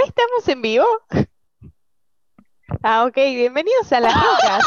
estamos en vivo? Ah, ok, bienvenidos a Las Rocas.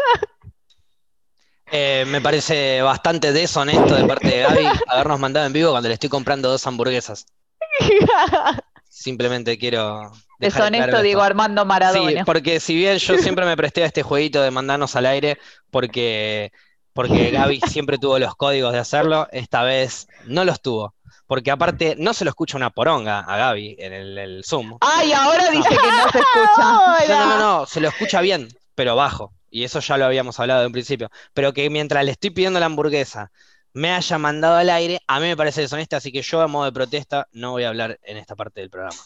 Me parece bastante deshonesto de parte de Gaby habernos mandado en vivo cuando le estoy comprando 2 hamburguesas. Simplemente quiero dejar en claro Deshonesto, Diego esto. Armando Sí, Maradona. porque si bien yo siempre me presté a este jueguito de mandarnos al aire, porque, porque Gaby siempre tuvo los códigos de hacerlo, esta vez no los tuvo. Porque aparte no se lo escucha una poronga a Gaby en el Zoom. Ay, ahora No, dice que no se escucha. Hola. no, se lo escucha bien, pero bajo. Y eso ya lo habíamos hablado en principio. Pero que mientras le estoy pidiendo la hamburguesa me haya mandado al aire, a mí me parece deshonesto, así que yo a modo de protesta no voy a hablar en esta parte del programa.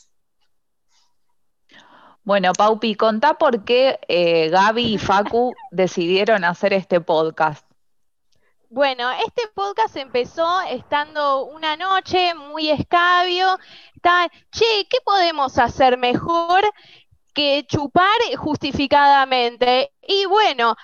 Bueno, Paupi, contá por qué Gaby y Facu decidieron hacer este podcast. Bueno, este podcast empezó estando una noche muy escabio. Che, ¿qué podemos hacer mejor que chupar justificadamente? Y bueno,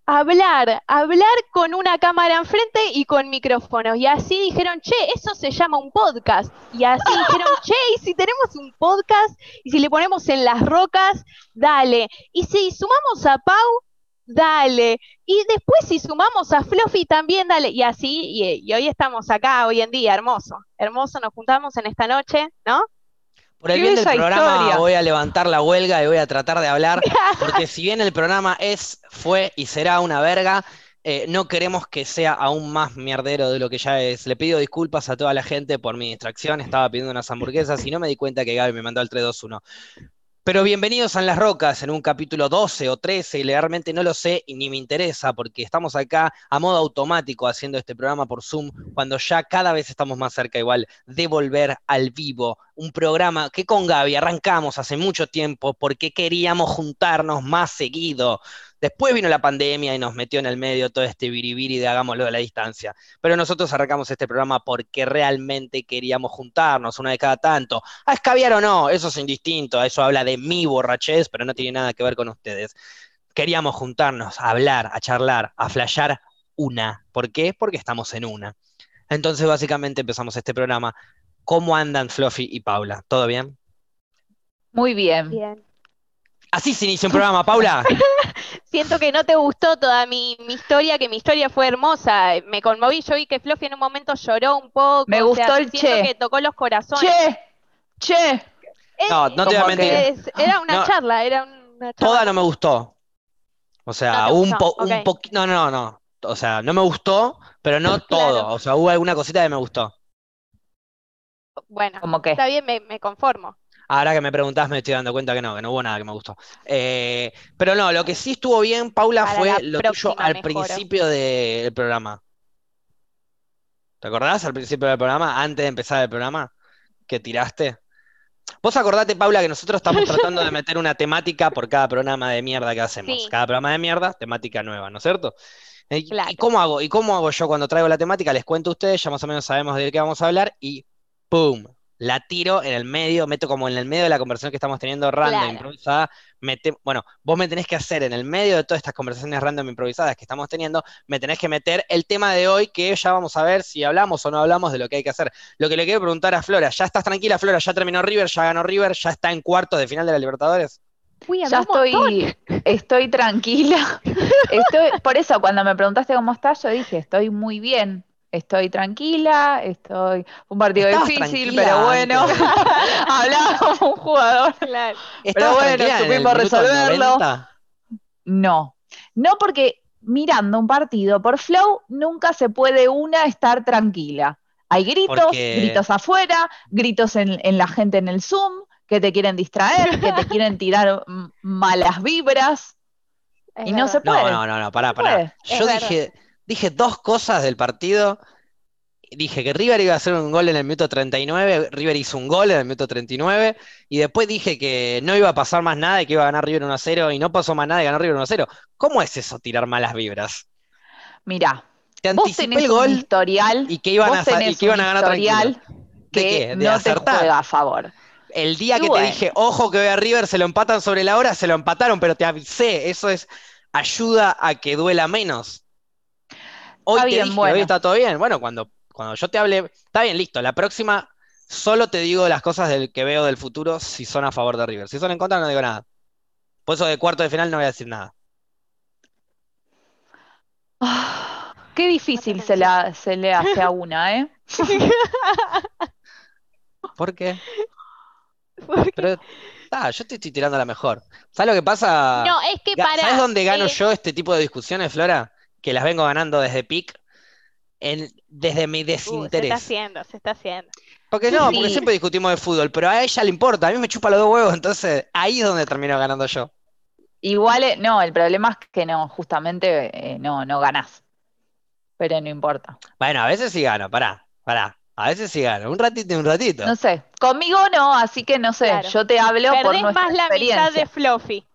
hablar con una cámara enfrente y con micrófonos. Y así dijeron, che, eso se llama un podcast. Y así dijeron, che, ¿y si tenemos un podcast? Y si le ponemos en las rocas, dale. Y si sumamos a Pau, dale. Y después si sumamos a Fluffy también, dale. Y así, y hoy estamos acá, hoy en día, hermoso. Hermoso, nos juntamos en esta noche, ¿no? Por el ¡Qué bien del bella programa historia! voy a levantar la huelga y voy a tratar de hablar, porque si bien el programa fue y será una verga, no queremos que sea aún más mierdero de lo que ya es. Le pido disculpas a toda la gente por mi distracción, estaba pidiendo unas hamburguesas y no me di cuenta que Gaby me mandó al 3-2-1. Pero bienvenidos a En las Rocas, en un capítulo 12 o 13, y realmente no lo sé y ni me interesa, porque estamos acá a modo automático haciendo este programa por Zoom, cuando ya cada vez estamos más cerca igual de volver al vivo. Un programa que con Gaby arrancamos hace mucho tiempo porque queríamos juntarnos más seguido. Después vino la pandemia y nos metió en el medio todo este biribiri de hagámoslo de la distancia. Pero nosotros arrancamos este programa porque realmente queríamos juntarnos una vez cada tanto. A escabiar o no, eso es indistinto, eso habla de mi borrachez, pero no tiene nada que ver con ustedes. Queríamos juntarnos, a hablar, a charlar, a flashear una. ¿Por qué? Porque estamos en una. Entonces, básicamente empezamos este programa. ¿Cómo andan Fluffy y Paula? ¿Todo bien? Muy bien. Bien. Así se inicia un programa, Paula. Siento que no te gustó toda mi historia, que mi historia fue hermosa. Me conmoví, yo vi que Fluffy en un momento lloró un poco, Me o sea, gustó el siento che. que tocó los corazones. Che, che. No, no te voy a Como mentir. que Era No, una charla toda no me común. gustó. O No sea, te gustó, ok, un poquito. No, no, no. O sea, no me gustó, pero no todo. claro. O sea, hubo alguna cosita que me gustó. Bueno, ¿Cómo qué? está bien, me conformo. Ahora que me preguntás, me estoy dando cuenta que no hubo nada que me gustó. Pero no, lo que sí estuvo bien, Paula, Para fue la lo tuyo próxima al mejoro. principio del programa. ¿Te acordás al principio del programa, antes de empezar el programa, que tiraste? Vos acordate, Paula, que nosotros estamos tratando de meter una temática por cada programa de mierda que hacemos. Sí, Cada programa de mierda, temática nueva, ¿no es cierto? ¿Y claro. cómo hago? ¿Y cómo hago yo cuando traigo la temática? Les cuento a ustedes, ya más o menos sabemos de qué vamos a hablar y ¡pum! La tiro en el medio, meto como en el medio de la conversación que estamos teniendo random, Claro. improvisada. Bueno, vos me tenés que hacer en el medio de todas estas conversaciones random improvisadas que estamos teniendo, me tenés que meter el tema de hoy que ya vamos a ver si hablamos o no hablamos de lo que hay que hacer. Lo que le quiero preguntar a Flora, ¿ya estás tranquila, Flora? ¿Ya terminó River? ¿Ya ganó River? ¿Ya está en cuartos de final de la Libertadores? Uy, Ya habló un montón. estoy tranquila. Por eso cuando me preguntaste cómo estás, yo dije, estoy muy bien. Estoy tranquila, fue un partido ¿Estabas difícil, pero tranquila antes bueno, del partido? hablaba como un jugador. Claro. Pero ¿Estabas bueno, tranquila en el supimos minuto resolverlo. 90? No, no porque mirando un partido por Flow nunca se puede una estar tranquila. Hay gritos, Porque gritos afuera, gritos en la gente en el Zoom, que te quieren distraer, que te quieren tirar malas vibras, Es y no se verdad, no, puede, no, no, no, no pará, se pará. puede. es Yo verdad. dije dos cosas del partido. Dije que River iba a hacer un gol en el minuto 39, River hizo un gol en el minuto 39, y después dije que no iba a pasar más nada y que iba a ganar River 1-0, y no pasó más nada y ganó River 1-0. ¿Cómo es eso, tirar malas vibras? Mirá, Te vos anticipé el tenés un gol historial, vos y tenés que un iban a ganar tranquilo. historial ¿De que qué? ¿De no te acertar? juega a favor. El día Y que te bueno, dije, ojo que ve a River, se lo empatan sobre la hora, se lo empataron, pero te avisé, eso es ayuda a que duela menos. Hoy está te bien, dije, hoy bueno, está todo bien. Bueno, cuando yo te hable, está bien, listo. La próxima, Solo te digo las cosas que veo del futuro si son a favor de River. Si son en contra, no digo nada. Por eso de cuarto de final no voy a decir nada. Qué difícil se le hace a una, ¿eh? ¿Por qué? Porque Pero yo te estoy tirando la mejor. ¿Sabes lo que pasa? no, es que ¿Sabes para, dónde gano yo este tipo de discusiones, Flora? Que las vengo ganando desde PIC, desde mi se está desinterés. haciendo, se está haciendo. Porque no, porque Sí, siempre discutimos de fútbol, pero a ella le importa, a mí me chupa los dos huevos, entonces ahí es donde termino ganando yo. igual, no, el problema es que no, justamente no ganás, pero no importa. Bueno, a veces sí gano, pará. A veces sí gano, un ratito y un ratito. No sé, conmigo no, así que no sé, Claro. yo te hablo por Perdés nuestra más la mitad de experiencia. Fluffy.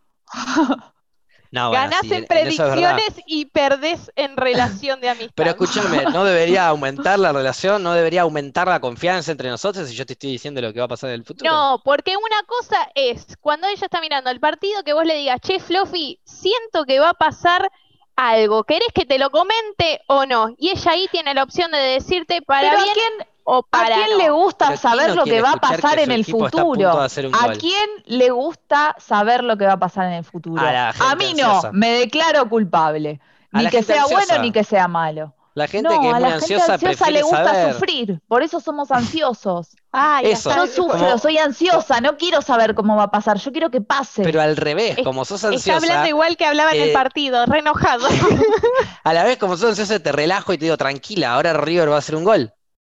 No, bueno, Ganás sí, en en eso es verdad. predicciones y perdés en relación de Pero amistad. escúchame, ¿no debería aumentar la relación? ¿No debería aumentar la confianza entre nosotros si yo te estoy diciendo lo que va a pasar en el futuro? No, porque una cosa es cuando ella está mirando el partido que vos le digas, che, Fluffy, siento que va a pasar algo, ¿querés que te lo comente o no? Y ella ahí tiene la opción de decirte para Pero bien o ¿a para quién le no. gusta Pero ¿quién saber no lo quiere que va a escuchar que pasar en su el equipo está a punto de futuro? hacer un ¿A gol? quién le gusta saber lo que va a pasar en el A futuro? la A gente mí no, ansiosa. me declaro culpable. A Ni la que gente sea bueno ni ansiosa. que sea malo. La gente que No, es a muy la gente ansiosa ansiosa le prefiere gusta saber. sufrir, por eso somos ansiosos. Ah, ya Eso, está. Yo sufro, como, soy co- ansiosa, no quiero saber cómo va a pasar, yo quiero que pero pase. al revés, Es- como sos Está hablando ansiosa, igual que hablaba en el eh, partido, re enojado. a la vez como sos ansiosa te relajo y te digo, tranquila, ahora River va a hacer un gol.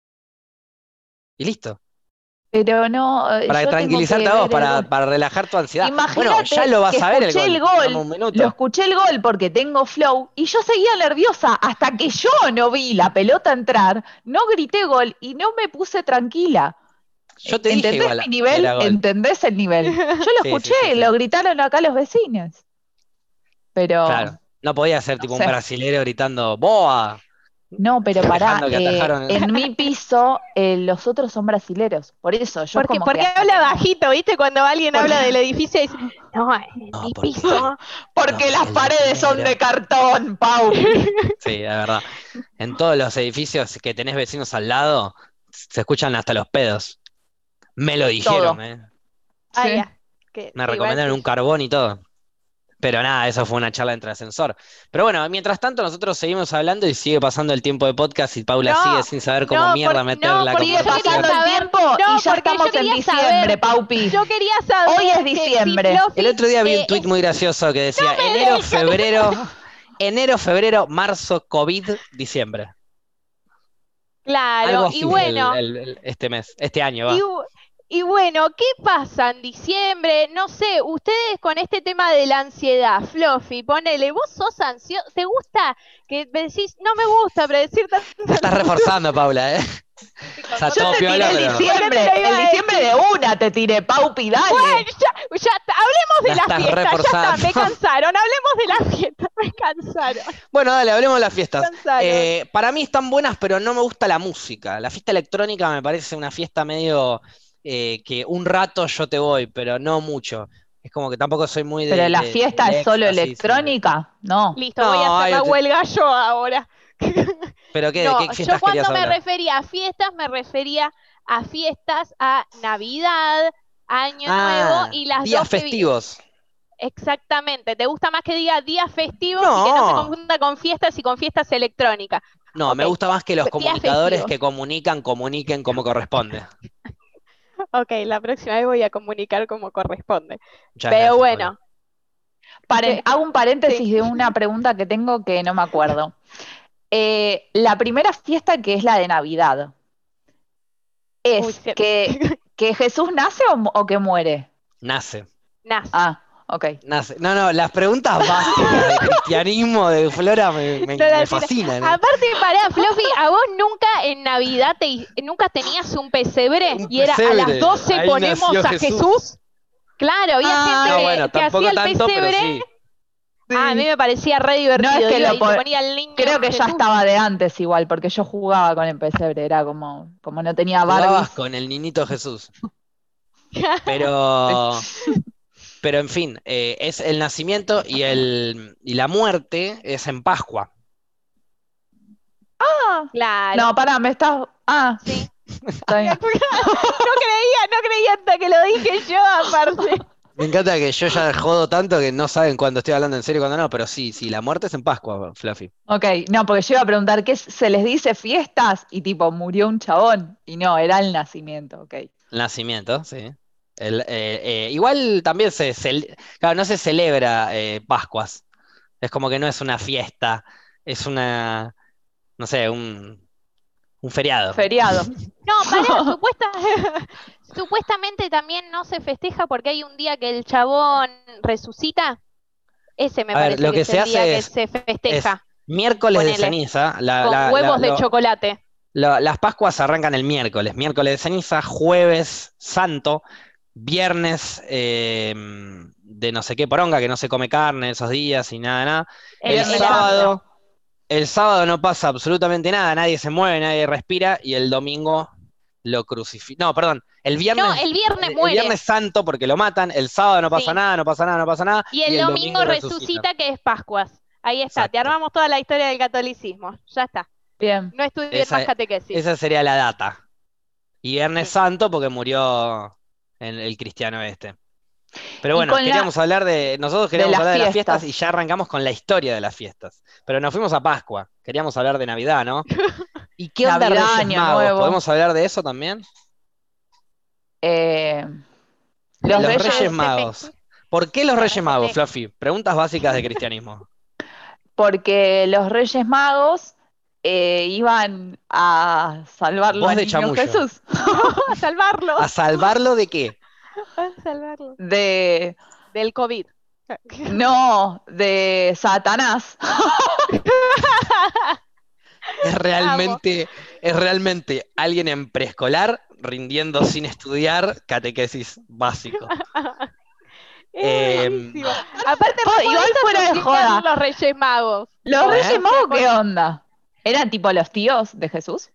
Y listo. Pero no, Para yo tengo tranquilizarte que a vos, ver el gol. para relajar tu ansiedad. Bueno, ya Imagínate lo que vas a ver el escuché el gol. Dame gol, un lo minuto. escuché el gol porque tengo flow y yo seguía nerviosa hasta que yo no vi la pelota entrar, no grité gol y no me puse tranquila. Yo te dije ¿Entendés igual mi que nivel? era gol. ¿Entendés el nivel? Yo lo Sí, sí, escuché, sí, sí. lo gritaron acá los vecinos, pero Claro. No podía ser no tipo un sé. brasilero gritando ¡Boa! No, pero pará, Festejando que atajaron. en mi piso los otros son brasileros, por eso yo es Porque, como que porque hasta que habla no. bajito, ¿viste? Cuando alguien Porque, habla del edificio dice, no, en No, mi porque piso. porque los las paredes son de brasilero. cartón, Paupi. Sí, es verdad. En todos los edificios que tenés vecinos al lado, se escuchan hasta los pedos. Me lo dijeron, Todo. ¿eh? Ah, Sí. ya. Que Me igual recomendaron sí. un carbón y todo. Pero nada, eso fue una charla entre ascensor. Pero bueno, mientras tanto nosotros seguimos hablando y sigue pasando el tiempo de podcast y Paula sigue No, sin saber cómo mierda meter no, la porque Sigue yo quería pasando conversación. el saber, tiempo y no, ya porque yo estamos en quería diciembre, saber, Paupi. yo quería Hoy es saber que si diciembre. El Fluffy otro día vi un tuit es, muy gracioso que no decía me dejan. enero, febrero, marzo, COVID, diciembre. Algo Claro, y así fue bueno, este mes, este año y, va. y bueno, ¿qué pasa en diciembre? No sé, ustedes con este tema de la ansiedad, Fluffy, ponele, vos sos ansioso, ¿te gusta que me decís, no me gusta predecir tanto La el estás futuro? reforzando, Paula, ¿eh? O Chicos, sea, otra Yo todo te vez, piola, tiré pero ¿por qué te lo iba el a diciembre decir? de una te tiré, Paupi, Bueno, dale. hablemos la de la estás fiesta, ya está, reforzando. me cansaron, hablemos de la fiesta, me cansaron, Bueno, dale, hablemos de las me fiestas. cansaron. Para mí están buenas, pero no me gusta la música. La fiesta electrónica me parece una fiesta medio que un rato yo te voy, pero no mucho. Es como que tampoco soy muy Pero la fiesta del es solo éxtasis. electrónica, no. Listo, voy a No, hacer la huelga yo ahora. pero ¿qué, de No, qué yo fiestas querías cuando me hablar? refería a fiestas, me refería a fiestas, a Navidad, Año Nuevo Ah, y las días dos festivos. exactamente. ¿Te gusta más que diga días festivos y que no se No, confunda con fiestas y con fiestas electrónicas? no, Ok, me gusta más que los días comunicadores festivos. que comuniquen como corresponde. Ok, la próxima vez voy a comunicar como corresponde. Muchas Pero gracias, Paula. bueno, Hago un sí. paréntesis de una pregunta que tengo que no me acuerdo. La primera fiesta que es la de Navidad, Uy, ¿es que Jesús nace o que muere? Nace. nace. Ah, ok. Nace. No, no, las preguntas básicas de cristianismo de Flora me, me- No, me mentira. fascinan, ¿eh? Aparte, pará, Fluffy, ¿a vos nunca en Navidad nunca tenías un pesebre Un y era a las pesebre. 12 Ahí ponemos nació a Jesús. Jesús? Claro, había gente No, Ah, bueno, que hacía tampoco el tanto, pero pesebre. sí. Ah, a mí sí. me parecía re No es divertido. que Iba y se ponía el niño creo que ya Jesús. estaba de antes igual, porque yo jugaba con el pesebre, era como no tenía Jugabas Barbies. con el niñito Jesús. Sí. Pero, pero en fin, es el nacimiento y la muerte es en Pascua. Ah, Claro, no, pará, me estás. Ah, sí. Está bien. No creía hasta que lo dije yo, aparte. Me encanta que yo ya jodo tanto que no saben cuándo estoy hablando en serio y cuándo no, pero sí, la muerte es en Pascua, Fluffy. Ok, no, porque yo iba a preguntar qué se les dice fiestas y tipo murió un chabón. Y no, era el nacimiento, ok. El nacimiento, sí. Igual también claro, no se celebra Pascuas. Es como que no es una fiesta, es no sé, un feriado. Feriado. No, supuestamente también no se festeja porque hay un día que el chabón resucita. Ese me A ver, parece lo que que es se el día hace que se es festeja, miércoles de ponele, ceniza. con huevos de chocolate. Las Pascuas arrancan el miércoles de ceniza, jueves santo, viernes de no sé qué poronga, que no se come carne esos días y nada, nada. El Viernes asado. sábado, el sábado no pasa absolutamente nada, nadie se mueve, nadie respira, y el domingo lo crucifican. No, perdón, No, el viernes el muere, viernes santo porque lo matan, el sábado no pasa sí. nada, no pasa nada, no pasa nada, Y y el el domingo domingo resucita. resucita, que es Pascuas. Ahí está, te Exacto. armamos toda la historia del catolicismo. Ya está. Bien. No estudié más Esa, catequesis. esa sería la data. Y Viernes Sí. Santo porque murió en el cristiano este. Pero Y bueno, con nosotros de queríamos las hablar de las fiestas y fiestas. ya arrancamos con la historia de las fiestas. Pero nos fuimos a Pascua, queríamos hablar de Navidad, ¿no? ¿Y qué onda Navidad, Reyes Año Magos? Nuevo. ¿Podemos hablar de eso también? eh, los Los Reyes Reyes Magos Reyes, se Magos. ¿Por qué los se Reyes Magos, festeja. Fluffy? Preguntas básicas de cristianismo. porque los Reyes Magos iban a salvarlo Voz al de niño chamullo. Jesús No, a salvarlo. ¿A salvarlo de qué? A salvarlo. de, Del COVID. no, de Satanás. Es Amo. realmente, es realmente alguien en preescolar rindiendo sin estudiar catequesis básico. Es Em, buenísimo. Aparte, re Igual podés fuera de asociar joda. los Reyes Magos. ¿Los ¿Cómo Reyes es? Magos qué onda? ¿Eran tipo los tíos de Jesús?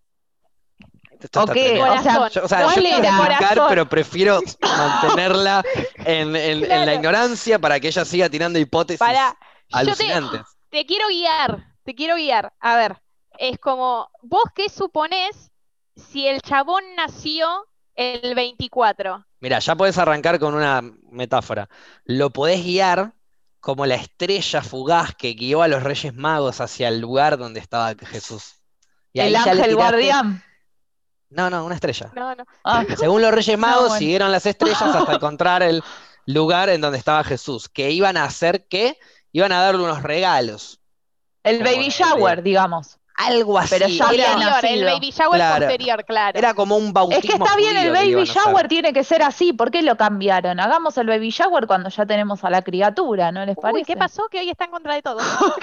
Esto ¿O está qué? O tremendo. sea, Corazón. O sea, Los yo ¿cuál tíos quiero de era? explicar, corazón. pero prefiero mantenerla en la Claro. ignorancia para que ella siga tirando hipótesis Para, yo alucinantes. te quiero guiar, te quiero guiar. A ver, es como, ¿vos qué suponés si el chabón nació el 24? Mira, ya podés arrancar con una metáfora. Lo podés guiar como la estrella fugaz que guió a los Reyes Magos hacia el lugar donde estaba Jesús. Y El ahí ya le ángel tiraste. guardián. No, no, una estrella. No, no. Ah, Según los Reyes no, Magos, bueno. siguieron las estrellas hasta encontrar el lugar en donde estaba Jesús, que iban a hacer qué, iban a darle unos regalos, El como baby shower, digamos. algo Pero así, ya había Posterior, el nacido. baby shower claro, posterior, claro. era como un Es que bautismo está bien, el judío que le baby iban a hacer. shower tiene que ser así. ¿Por qué lo cambiaron? Hagamos el baby shower cuando ya tenemos a la criatura, ¿no les Uy, ¿qué parece? pasó? Que hoy está en contra de todo.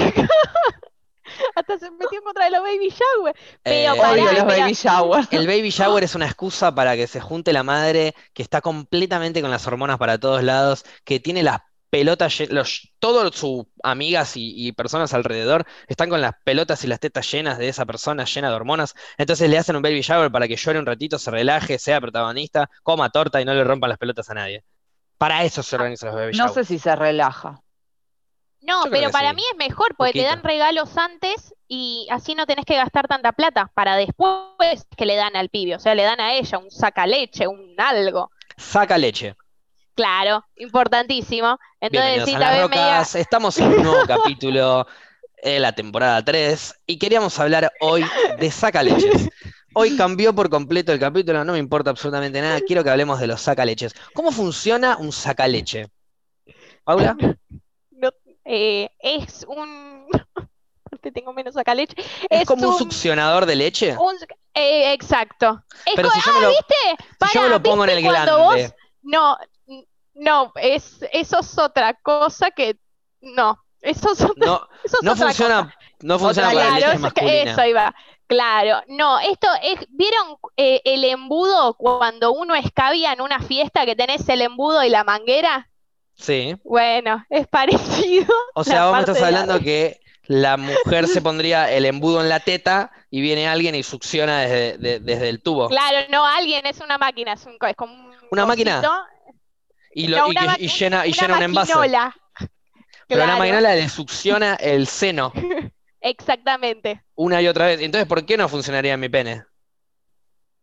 Hasta se metió en contra de los baby shower. Pero Eh, Odio pará, los pero baby shower. el baby shower es una excusa para que se junte la madre que está completamente con las hormonas para todos lados, que tiene las pelotas, todas sus amigas y personas alrededor están con las pelotas y las tetas llenas de esa persona, llena de hormonas. Entonces le hacen un baby shower para que llore un ratito, se relaje, sea protagonista, coma torta y no le rompan las pelotas a nadie. Para eso se organizan los baby No sé showers. si se relaja. no, Yo creo pero que para sí, mí es mejor porque te dan poquito. regalos antes y así no tenés que gastar tanta plata para después que le dan al pibe. O sea, le dan a ella un sacaleche, un algo. Saca leche. Claro, importantísimo. Entonces Bienvenidos sí, a Las tal vez media. Rocas. Estamos en un nuevo capítulo de la temporada 3 y queríamos hablar hoy de sacaleches. Hoy cambió por completo el capítulo, no me importa absolutamente nada, quiero que hablemos de los sacaleches. ¿Cómo funciona un sacaleche? ¿Paula? No, es un. Porque tengo menos sacaleche. ¿Es Es como un succionador de leche? un- exacto. Pero si yo me lo, ¿Viste? si yo me Pará, lo pongo en ¿viste el cuando vos? glande, No, no, eso es otra cosa que. No, no, eso es no otra cosa. funciona, no funciona Otra para leche. leche Claro, masculina. eso iba. Claro, no, esto es, ¿vieron el embudo cuando uno escabia en una fiesta que tenés el embudo y la manguera? Sí. Bueno, es parecido O la sea, vos me parte estás de hablando arriba. que la mujer se pondría el embudo en la teta y viene alguien y succiona desde el tubo. Claro, no alguien, es una máquina, es como un Una cosito. máquina No, y llena una un envase. maquinola, Pero una claro, maquinola le succiona el seno exactamente. una y otra vez. Entonces, ¿por qué no funcionaría en mi pene?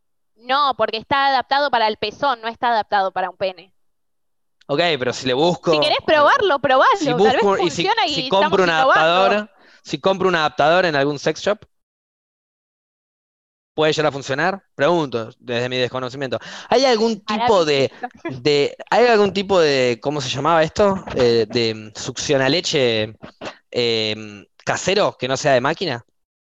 No, porque está adaptado para el pezón, no está adaptado para un pene. Ok, pero si le Si busco, querés probarlo, si probalo. Tal vez busco y funciona si y compro estamos un innovando. adaptador, si compro un adaptador en algún sex shop, ¿puede llegar a funcionar? Pregunto, desde mi desconocimiento. ¿Hay algún Para tipo mí sí. ¿hay algún tipo de, ¿cómo se llamaba esto? De succionaleche casero que no sea de máquina.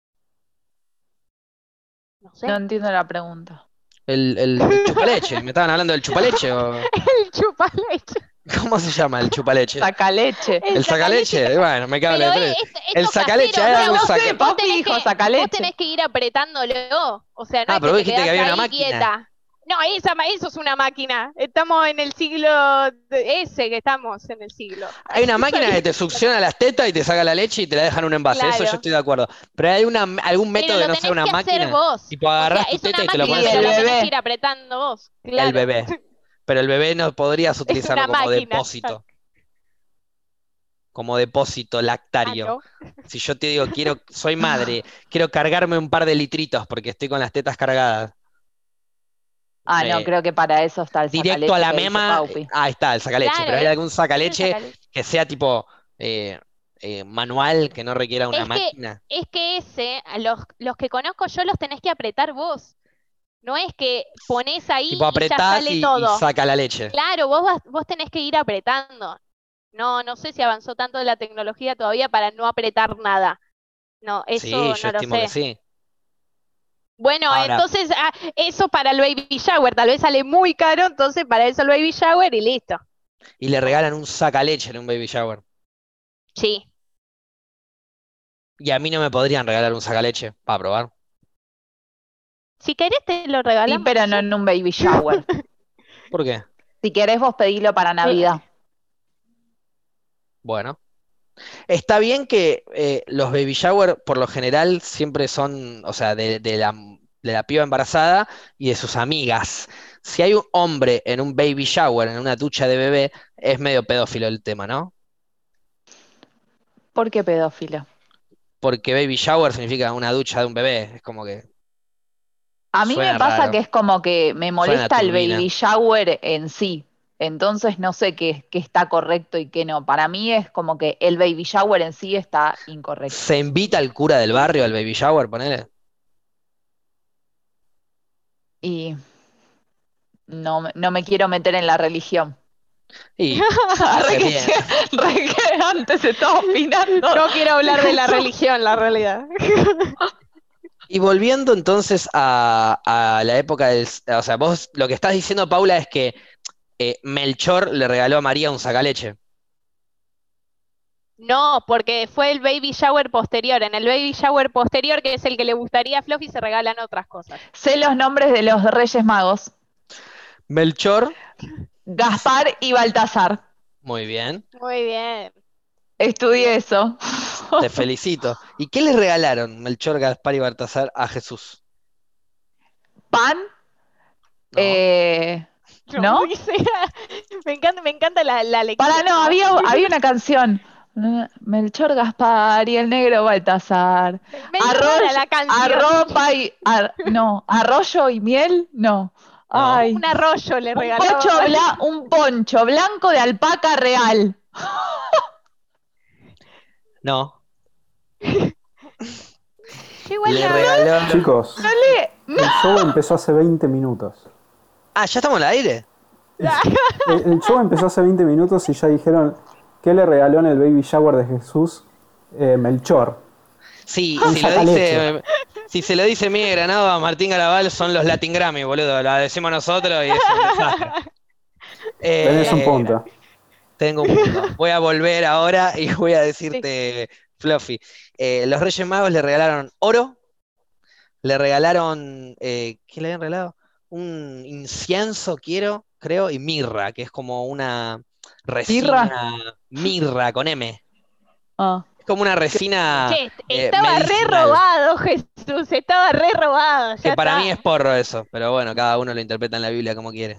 No No sé. entiendo la pregunta. El chupaleche, ¿me estaban hablando del chupaleche o El chupaleche. cómo se llama el chupaleche? Saca leche. El El sacaleche. sacaleche, bueno, me cago en Pero la diferencia. El esto sacaleche, casero, o ¿hay sea, No algún sé, vos papi tenés dijo que, saca vos leche. tenés que ir apretándolo. O sea, no Ah, es pero que vos te dijiste que quedás había una ahí máquina. quieta. No, eso es una máquina. Estamos en el siglo ese que estamos en el siglo. Hay una Eso máquina ahí que te es una succiona las tetas y te saca la leche y te la deja en un envase. Eso yo claro. estoy de acuerdo. Pero hay algún Pero método que lo no sea tenés una que hacer máquina. vos. Tipo, O sea, agarrás tu es una teta y te lo máquina, pones Y en pero el la el, tenés que bebé. ir apretando vos. el Claro. bebé. Pero el bebé no podrías Es utilizarlo una como máquina. depósito. Como depósito Ah, lactario. no. Si yo te digo, soy madre, quiero cargarme un par de litritos porque estoy con las tetas cargadas. Ah, no, eh, creo que para eso está el Directo a sacaleche la que dice mema, Paupi. ahí está, el sacaleche. Claro, Pero ¿hay algún es el sacaleche sacaleche. que sea tipo manual, que no requiera una Es que, máquina? es que ese, a los que conozco yo los tenés que apretar vos. No es que pones ahí Tipo y ya apretás sale y todo. saca la leche. Claro, vos tenés que ir apretando. No, no sé si avanzó tanto la tecnología todavía para no apretar nada. No, Sí, eso yo no lo estimo que sé. sí. Bueno, Ahora, entonces eso para el baby shower, tal vez sale muy caro, entonces para eso el baby shower y listo. y le regalan un sacaleche en un baby shower. Sí. Y a mí no me podrían regalar un sacaleche para probar. Si querés te lo Sí, regalamos pero no en nosotros. un baby shower. ¿Por qué? Si querés vos pedilo para Navidad. Bueno. Está bien que los baby shower por lo general siempre son, o sea, de la piba embarazada y de sus amigas. Si hay un hombre en un baby shower, en una ducha de bebé, es medio pedófilo el tema, ¿no? ¿Por qué pedófilo? Porque baby shower significa una ducha de un bebé. Es como que A mí me suena pasa que raro, es como que me suena molesta el turbina. baby shower en sí. Entonces no sé qué está correcto y qué no. Para mí es como que el baby shower en sí está incorrecto. ¿Se invita al cura del barrio al baby shower, ponele? Y no me quiero meter en la religión. Y Re hace que, bien. re que antes estaba opinando. No quiero hablar de la Eso. religión, la realidad. Y volviendo entonces a la época o sea, vos lo que estás diciendo, Paula, es que Melchor le regaló a María un sacaleche. No, porque fue el baby shower posterior. En el baby shower posterior, que es el que le gustaría a Fluffy, se regalan otras cosas. Sé los nombres de los Reyes Magos. Melchor, Gaspar y Baltasar. muy bien, Muy bien, muy Estudié bien. eso. te felicito. ¿Y qué le regalaron Melchor, Gaspar y Baltasar a Jesús? Pan, No, eh, No, ¿no? dice, me encanta la Para lección, no, ¿no? había una canción. Melchor Gaspar y el negro Baltasar. Medio rara la canción. No, arroyo y miel, no. no, Ay, Un arroyo le regalaba. un poncho blanco de alpaca real. no. Yo igual Le no. regaló. Chicos, No, el show empezó hace 20 minutos. Ah, ¿ya estamos al aire? El show empezó hace 20 minutos y ya dijeron que le regaló en el baby shower de Jesús Melchor. Sí, Un sacaleche. si se lo dice Miguel Granado a Martín Garabal, son los Latin Grammy, boludo. La decimos nosotros y es un desastre. Tenés un Eh, punto. Tengo un punto. Voy a volver ahora y voy a Sí. decirte, Fluffy. Los Reyes Magos le regalaron oro, le regalaron, ¿qué le habían regalado? Un incienso, creo, y mirra, que es como una ¿Pirra? resina, mirra con M. Ah, Es como una resina Che, estaba re medicinal, robado, Jesús, estaba re robado, que ya para mí está. es porro eso, pero bueno, cada uno lo interpreta en la Biblia como quiere.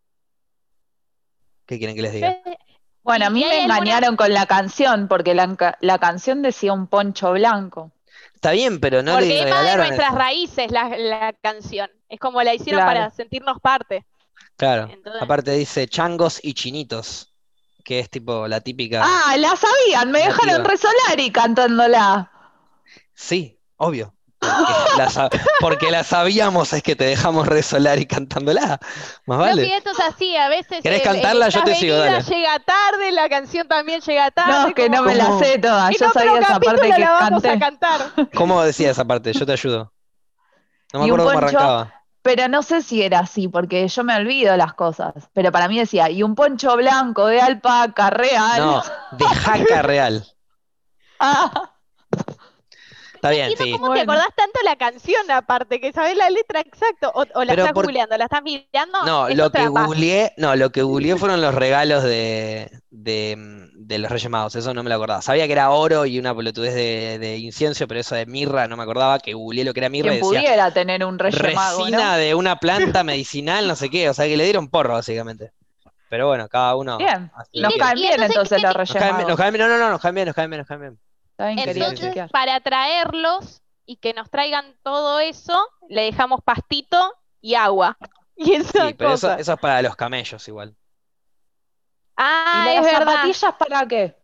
¿Qué quieren que les diga? Yo- bueno, a y mí me hay alguna, engañaron con la canción porque la canción decía un poncho blanco. Está bien, pero no le porque es más de regalaron nuestras eso. raíces la canción. Es como la hicieron Claro. para sentirnos parte. Claro. Entonces, Aparte dice changos y chinitos, que es tipo la típica. Ah, la sabían, me dejaron Nativa. Resolari cantándola. Sí, obvio. Porque la sabíamos, es que te dejamos resolar y cantándola. Más Fluffy, vale. esto es así, a veces ¿Querés cantarla? Yo Estás te sigo, venida, dale. llega tarde, la canción también llega No, tarde, es que no como me la ¿Cómo? sé toda. en Yo otro sabía esa parte capítulo que la vamos a canté. cantar. ¿Cómo decía esa parte? Yo te ayudo. No me Y un acuerdo cómo poncho, arrancaba. pero no sé si era así, porque yo me olvido las cosas. Pero para mí decía, y un poncho blanco de alpaca real. No, de jaca real. Ah, Está No bien, entiendo sí. cómo te bueno. acordás tanto la canción aparte, que sabés la letra exacto, o la Pero estás googleando, la estás mirando, no, eso es trampa. lo que googleé fueron los regalos de los Reyes Magos, eso no me lo acordaba. Sabía que era oro y una pelotudez de incienso, pero eso de mirra no me acordaba, que googleé lo que era mirra y Quien decía pudiera tener un rey mago, ¿no? resina de una planta medicinal, no sé qué, o sea que le dieron porro básicamente. Pero bueno, cada uno Bien, hace ¿Y, lo que nos qué, quiere. caen y bien entonces entonces qué los Nos reyes caen, bien- nos magos. caen bien- no, no, no, nos caen bien, nos caen bien, nos caen bien. Está bien, Sí, quería sí, sí. entonces chequear. para traerlos y que nos traigan todo eso, le dejamos pastito y agua? Y Sí, esa pero eso, cosa. eso es para los camellos igual. ¿Y Ah, es las verdad. zapatillas para qué?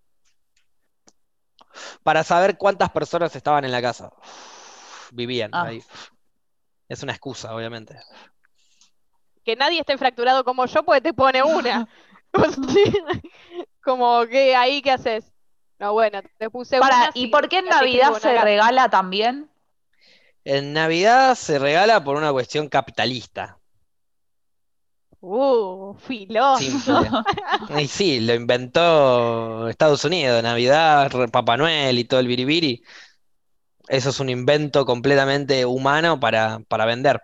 Para saber cuántas personas estaban en la casa. Vivían Ah, ahí. Es una excusa, obviamente. Que nadie esté fracturado como yo, pues te pone una. O sea, como que ahí, ¿qué haces? No, bueno, te puse una ¿y si por qué en ya te escribo Navidad una se carta. regala también? En Navidad se regala por una cuestión capitalista. Filoso. Simple. Y sí, lo inventó Estados Unidos, Navidad, Papá Noel y todo el biribiri. Eso es un invento completamente humano para vender.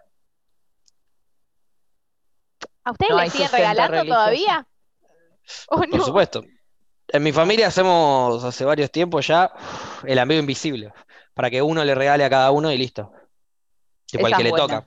¿A ustedes No les hay siguen sustento regalando religioso. todavía? ¿O Por no? supuesto. En mi No. familia hacemos hace varios tiempos ya el amigo invisible, para que uno le regale a cada uno y listo. Tipo al Esa que es le buena. toca.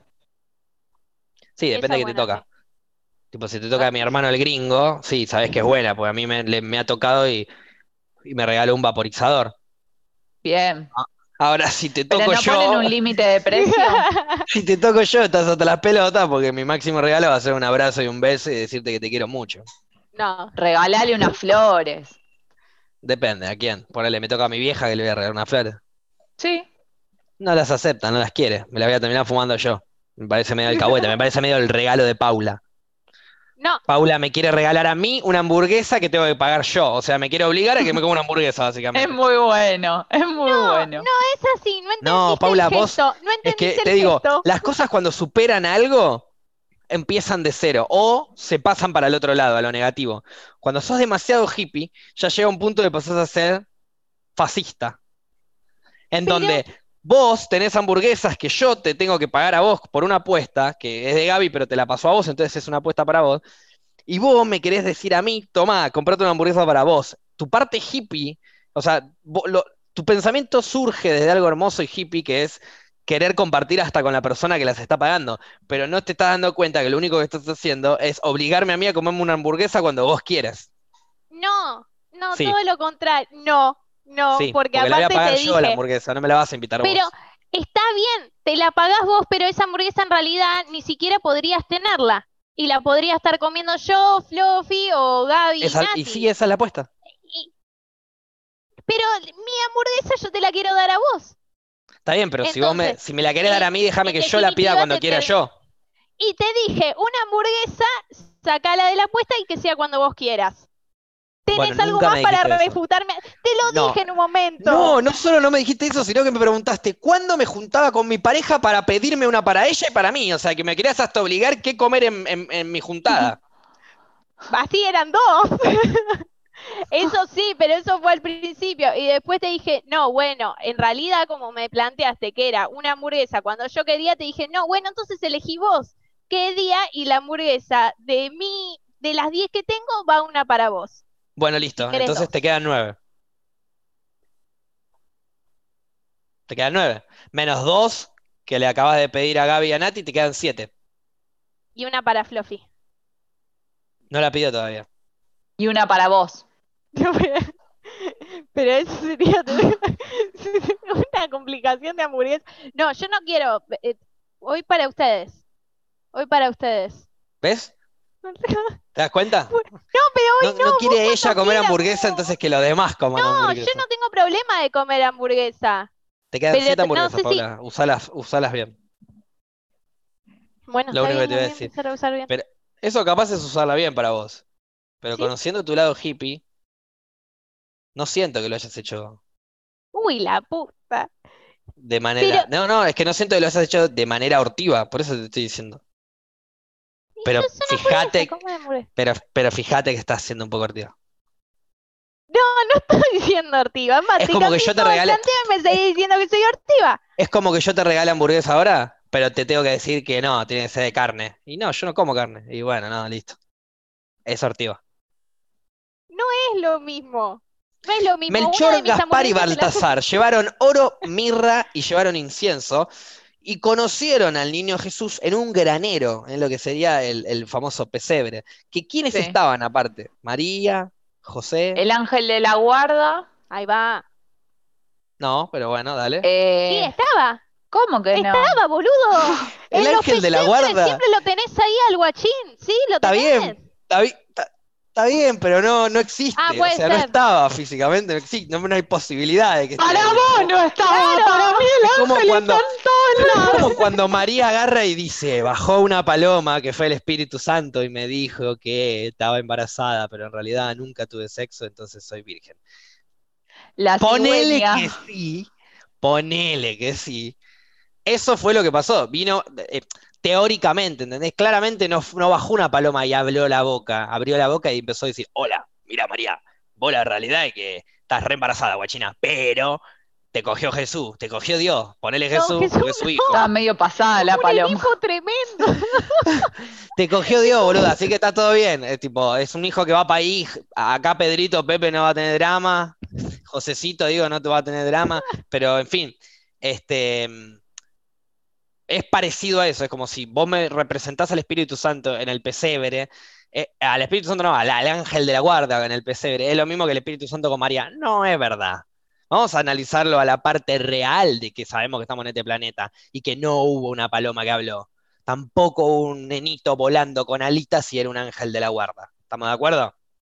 Sí, Esa depende es de qué te buena, sí. toca. Tipo, si te toca a mi hermano el gringo, sí, sabes que es buena, porque a mí me ha tocado y me regaló un vaporizador. Bien. Ahora, si te Pero toco no ponen yo, un límite de precio. si te toco yo, estás hasta las pelotas, porque mi máximo regalo va a ser un abrazo y un beso y decirte que te quiero mucho. No. Regalale unas flores. Depende, ¿a quién? Ponele, me toca a mi vieja que le voy a regalar una flor. Sí. No las acepta, no las quiere. Me la voy a terminar fumando yo. Me parece medio alcahuete, me parece medio el regalo de Paula. No, Paula me quiere regalar a mí una hamburguesa que tengo que pagar yo. O sea, me quiere obligar a que me coma una hamburguesa, Es básicamente. muy bueno. Es muy no bueno. es así, no No, entendiste el Paula, vos, gesto, no es que entendiste te el digo, gesto. las cosas cuando superan algo, empiezan de cero o se pasan para el otro lado, a lo negativo. Cuando sos demasiado hippie, ya llega un punto que pasás a ser fascista, en Pero, donde vos tenés hamburguesas que yo te tengo que pagar a vos por una apuesta, que es de Gaby, pero te la pasó a vos, entonces es una apuesta para vos, y vos me querés decir a mí, tomá, comprate una hamburguesa para vos. Tu parte hippie, o sea, tu pensamiento surge desde algo hermoso y hippie que es querer compartir hasta con la persona que las está pagando, pero no te estás dando cuenta que lo único que estás haciendo es obligarme a mí a comerme una hamburguesa cuando vos quieras. no, Sí, todo lo contrario, no, sí, porque porque la voy a aparte pagar te yo la dije, hamburguesa, no me la vas a invitar pero vos. está bien, te la pagás vos, pero esa hamburguesa en realidad ni siquiera podrías tenerla. Y la podría estar comiendo yo, Fluffy o Gaby y Y sí, Nati. esa es la apuesta. Y- pero mi hamburguesa yo te la quiero dar a vos. Está bien, pero Entonces, si me la querés dar a mí, déjame en que yo la pida definitiva cuando quiera yo. y te dije, una hamburguesa, sacala de la apuesta y que sea cuando vos quieras. Bueno, ¿Tenés algo nunca más me para dijiste eso. refutarme? Te lo No, dije en un momento. no, no solo no me dijiste eso, sino que me preguntaste cuándo me juntaba con mi pareja para pedirme una para ella y para mí. O sea, que me querías hasta obligar qué comer en mi juntada. Así eran dos. Eso sí, pero eso fue al principio. Y después te dije, no, bueno, en realidad como me planteaste que era una hamburguesa, cuando yo quería te dije, no, bueno, entonces elegí vos qué día y la hamburguesa de las 10 que tengo, va una para vos. Bueno, Si listo, querés entonces te dos. quedan 9. Te quedan 9. Menos 2 que le acabas de pedir a Gaby y a Nati, te quedan 7. Y una para Fluffy. No la pidió todavía. Y una para vos. Pero eso sería una complicación de hamburguesa. No, yo no quiero. Voy para ustedes. Hoy para ustedes. ¿Ves? No, ¿Te das cuenta? pero hoy No quiere vos ella cuando comer quieras. hamburguesa, entonces que los demás coman No, yo hamburguesa. no tengo problema de comer hamburguesa. Te quedan Pero 7 no hamburguesas, sé si. Paula. Usalas bien. Bueno, Lo está único que bien, te las voy a voy a decir. empezar a usar bien. Pero eso capaz es usarla bien para vos. Pero ¿Sí? conociendo tu lado hippie, no siento que lo hayas hecho Uy, la puta. de Pero, manera. No, es que no siento que lo hayas hecho de manera hortiva, por eso te estoy diciendo. Pero pero es una hamburguesa, fíjate, comer hamburguesa. pero fíjate que estás siendo un poco hortiva. No, no estoy diciendo ortiva. Más, Es te como que cambié yo te todo el regale, planteo y me es, seguís diciendo que soy ortiva. es como que yo te regale hamburguesa ahora, pero te tengo que decir que no, tiene que ser de carne. Y no, yo no como carne. Y bueno, no, listo. Es hortiva. No es lo mismo. No es lo mismo. Una de Melchor, mis Gaspar y hamburguesas se las. Baltasar llevaron oro, mirra y llevaron incienso y conocieron al niño Jesús en un granero, en lo que sería el famoso pesebre. ¿Quiénes Sí. estaban aparte? María, José. El ángel de la guarda. Ahí va. No, pero bueno, dale. Sí, eh, estaba. ¿Cómo que no? Estaba, boludo. El En los ángel de la pesebres guarda. siempre lo tenés ahí al guachín. Sí, lo Está bien, tenés. está bien, pero no Ah, existe. O puede sea, no ser. estaba físicamente, no existe, no hay posibilidad de que esté Para ahí. vos no estaba, Claro. para mí Es el como ángel está cuando, en todos es como lados. cuando María agarra y dice, bajó una paloma que fue el Espíritu Santo y me dijo que estaba embarazada, pero en realidad nunca tuve sexo, entonces soy virgen. La Ponele cigüeña. que sí, ponele que sí. Eso fue lo que pasó. Vino, teóricamente, ¿entendés? Claramente no bajó una paloma y abrió la boca y empezó a decir, hola, mira María, vos la realidad es que estás re embarazada, guachina, pero te cogió Jesús, te cogió Dios, ponele No, Jesús Jesús porque es su hijo. Estaba medio pasada la Un paloma. Edipo tremendo. Te cogió Dios, boludo, así que está todo bien. Es tipo, es un hijo que va para ahí. Acá Pedrito, Pepe no va a tener drama. Josecito, digo, no te va a tener drama. Pero en fin, este, es parecido a eso. Es como si vos me representás al Espíritu Santo en el pesebre. Al Espíritu Santo no, al ángel de la guarda en el pesebre. Es lo mismo que el Espíritu Santo con María. No es verdad. Vamos a analizarlo a la parte real de que sabemos que estamos en este planeta y que no hubo una paloma que habló. Tampoco un nenito volando con alitas y era un ángel de la guarda. ¿Estamos de acuerdo?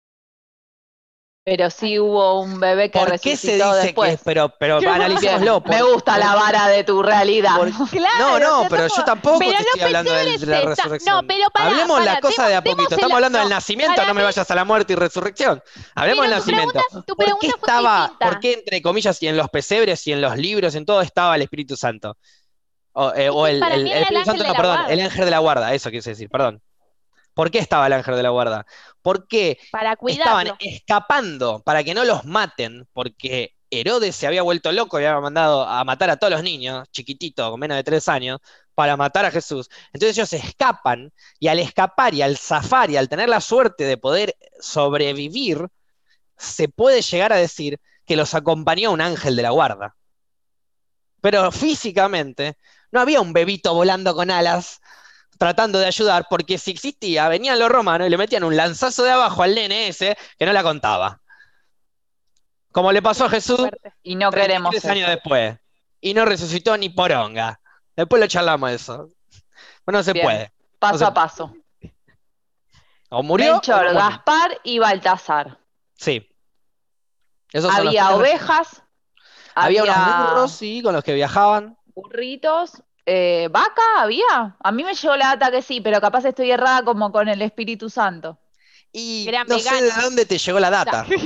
Pero sí hubo un bebé que ¿Por qué se resucitó dice que después. es? Pero Bien, analicémoslo. me gusta la vara de tu realidad. Claro, No, te pero yo estamos. tampoco Pero te estoy los hablando de pesebres la está. No, resurrección. pero Hablemos la cosa de a poquito. Estamos démosela. hablando del No, nacimiento, para no me mí. vayas a la muerte y resurrección. Hablemos Pero del nacimiento. tu ¿Por qué pregunta fue por distinta. qué entre comillas y en los pesebres y en los libros, en todo estaba el Espíritu Santo? Es O que para mí el era el Espíritu ángel Santo, de no, la perdón, el guarda. ángel de la guarda, eso quise decir, perdón. ¿Por qué estaba el ángel de la guarda? Porque Para estaban cuidarlo. escapando para que no los maten, porque Herodes se había vuelto loco y había mandado a matar a todos los niños, chiquititos, con menos de 3 años, para matar a Jesús. Entonces ellos escapan y al escapar y al zafar y al tener la suerte de poder sobrevivir, se puede llegar a decir que los acompañó un ángel de la guarda. Pero físicamente no había un bebito volando con alas tratando de ayudar, porque si existía, venían los romanos y le metían un lanzazo de abajo al nene ese que no la contaba. Como le pasó a Qué Jesús fuerte. Y no queremos 33 años eso. después. Y no resucitó ni poronga. Después lo charlamos eso. Bueno, no se Bien, puede. No paso se a puede. paso. O murió o no Melchor, murió. Gaspar y Baltasar. Sí. Esos son los Había tres reyes. ovejas, Había unos burros, había sí, con los que viajaban. burritos, vaca, había. A mí me llegó la data que sí, pero capaz estoy errada como con el Espíritu Santo. Y Eran no sé de veganos. dónde te llegó la Da. data.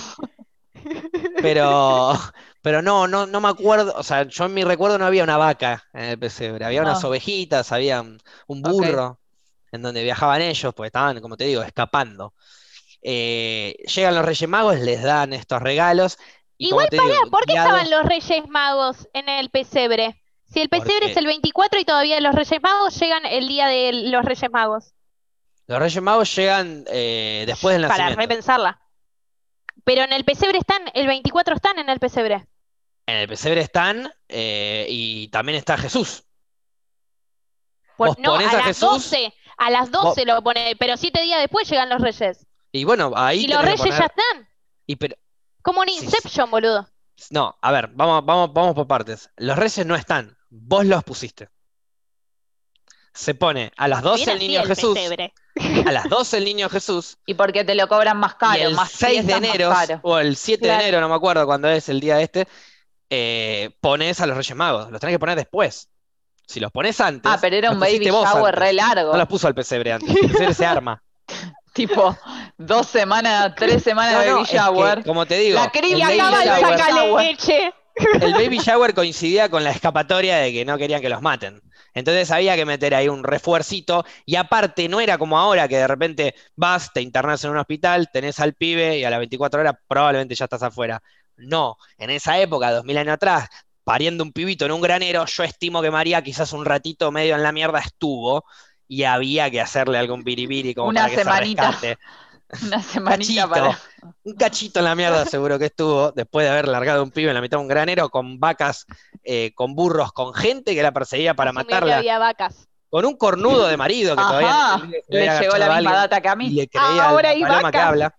Pero, pero no me acuerdo, o sea, yo en mi recuerdo no había una vaca en el pesebre, había unas No, ovejitas, había un ok. burro en donde viajaban ellos, porque estaban, como te digo, escapando. Llegan los Reyes Magos, les dan estos regalos, y Igual como te pará, digo, ¿por qué estaban guiados, los Reyes Magos en el pesebre? Si el pesebre es porque el 24 y todavía los Reyes Magos llegan el día de los Reyes Magos. los Reyes Magos llegan después del Para nacimiento. repensarla. Pero en el pesebre están, el 24 están en el pesebre. En el pesebre están, y también está Jesús. Vos No, ponés a a las Jesús, 12, a las vos- 12 lo pone, pero 7 días después llegan los Reyes. y bueno, ahí Y los tenés que Reyes ya poner, están. pero, Como un sí, sí. Inception, boludo. No, a ver, vamos por partes. Los Reyes no están, vos los pusiste. se pone a las Cuando 12 viene el así niño el Jesús, pesebre. a las 12 el niño Jesús, Y porque te lo cobran más y caro, el más 6 de fiestas, más enero, caro. o el 7 de Claro. enero, no me acuerdo cuándo es el día este, pones a los Reyes Magos. Los tenés que poner después. Si los pones antes, Pero era los un baby pusiste vos shower re antes. No largo. los puso al pesebre antes. El pesebre se arma. Tipo, 2 semanas, 3 semanas No, de no, baby es que, shower. como te digo, La Y crisis el acaba baby el baby shower, shower. sacaleche. el baby shower coincidía con la escapatoria de que no querían que los maten. Entonces había que meter ahí un refuercito y aparte no era como ahora que de repente vas, te internás en un hospital, tenés al pibe y a las 24 horas probablemente ya estás afuera. No, en esa época, 2000 años atrás, pariendo un pibito en un granero, yo estimo que María quizás un ratito medio en la mierda estuvo y había que hacerle algún biribiri como Una para que se semanita. rescate. Una semanita para. Un cachito en la mierda seguro que estuvo, después de haber largado un pibe en la mitad de un granero con vacas, con burros, con gente que la perseguía para Asumió que matarla, había vacas. con un cornudo de marido que todavía no Ajá, entendía que se le había llegó agachado la a misma alguien data que a y mí. le creía a Ahora la hay paloma que vacas. habla.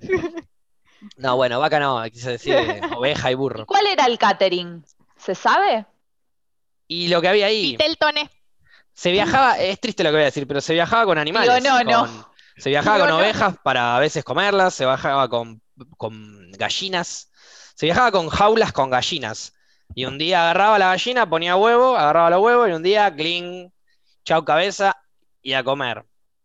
No, bueno, vaca no, quise decir oveja y ¿Y burro. cuál era el catering? ¿Se sabe? Y lo que había ahí, Viteltones. se viajaba, es triste lo que voy a decir, pero se viajaba con Digo, animales, no. se viajaba Digo, con no. ovejas para a veces comerlas, se viajaba con gallinas, se viajaba con jaulas con gallinas. Y un día agarraba la gallina, ponía huevo, agarraba los huevos y un día, cling, chau cabeza y a comer.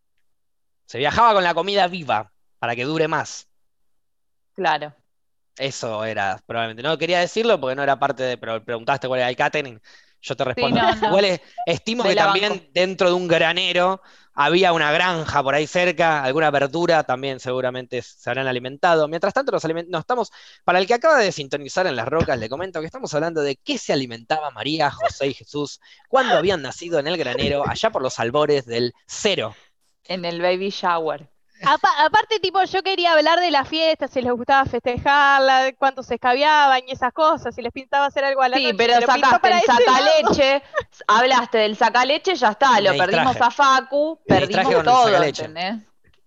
Se viajaba con la comida viva para que dure más. Claro. Eso era, probablemente. No quería decirlo porque no era parte de, pero preguntaste cuál era el catering. Yo te Sí, respondo. no. Igual estimo Me que la banco. también dentro de un granero había una granja por ahí cerca, alguna verdura, también seguramente se habrán alimentado. Mientras tanto, no estamos. Para el que acaba de sintonizar en Las Rocas, le comento que estamos hablando de qué se alimentaba María, José y Jesús cuando habían nacido en el granero, allá por los albores del cero. En el baby shower. Aparte, tipo, yo quería hablar de la fiesta, si les gustaba festejarla, de cuánto se escabiaban y esas cosas, si les pintaba hacer algo a la Sí, noche, pero pintó sacaste para el ese lado. sacaleche, hablaste del sacaleche, ya está, Y lo me perdimos distraje. a Facu, Me distraje perdimos con el todo, sacaleche. ¿entendés?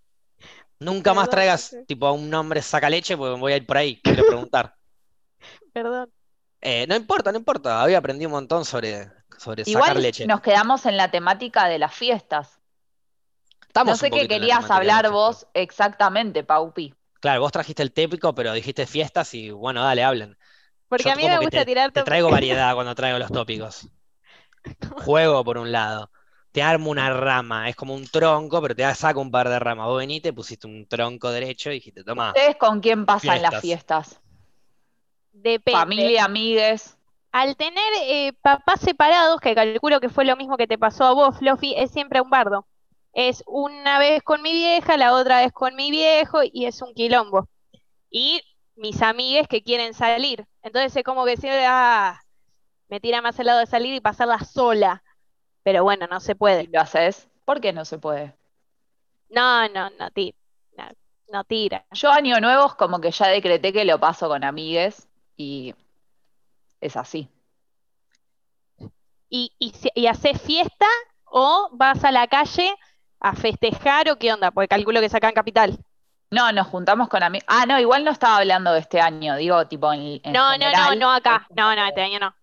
Nunca más Perdón, traigas José, tipo a un nombre saca leche porque me voy a ir por ahí, quiero preguntar. perdón. No importa, no importa. Había aprendido un montón sobre sacar Igual leche. nos quedamos en la temática de las fiestas. No Estamos un sé qué poquito en la querías temática de la hablar fiesta. vos exactamente, Paupi. Claro, vos trajiste el típico, pero dijiste fiestas y bueno, dale, hablen. Porque Yo a mí como me que gusta tirar te traigo variedad cuando traigo los tópicos. Juego por un lado. Te armo una rama, es como un tronco, pero te saco un par de ramas. Vos veniste, pusiste un tronco derecho y dijiste, toma, ¿Ustedes con quién pasan las fiestas. fiestas? Depende. ¿Familia, amigues? Al tener papás separados, que calculo que fue lo mismo que te pasó a vos, Fluffy, es siempre un bardo. Es una vez con mi vieja, la otra vez con mi viejo, y es un quilombo. Y mis amigues que quieren salir. Entonces es como que siempre, me tira más el lado de salir y pasarla sola. Pero bueno, no se ¿Y puede. lo haces? ¿Por qué no se puede? No, no, no tira. Yo año nuevo es como que ya decreté que lo paso con amigues y es así. ¿Y haces fiesta o vas a la calle a festejar o qué onda? Porque calculo que es acá en Capital. No, nos juntamos con amigos. Ah, no, igual no estaba hablando de este año, digo, tipo en No, general. no acá. No, este año no.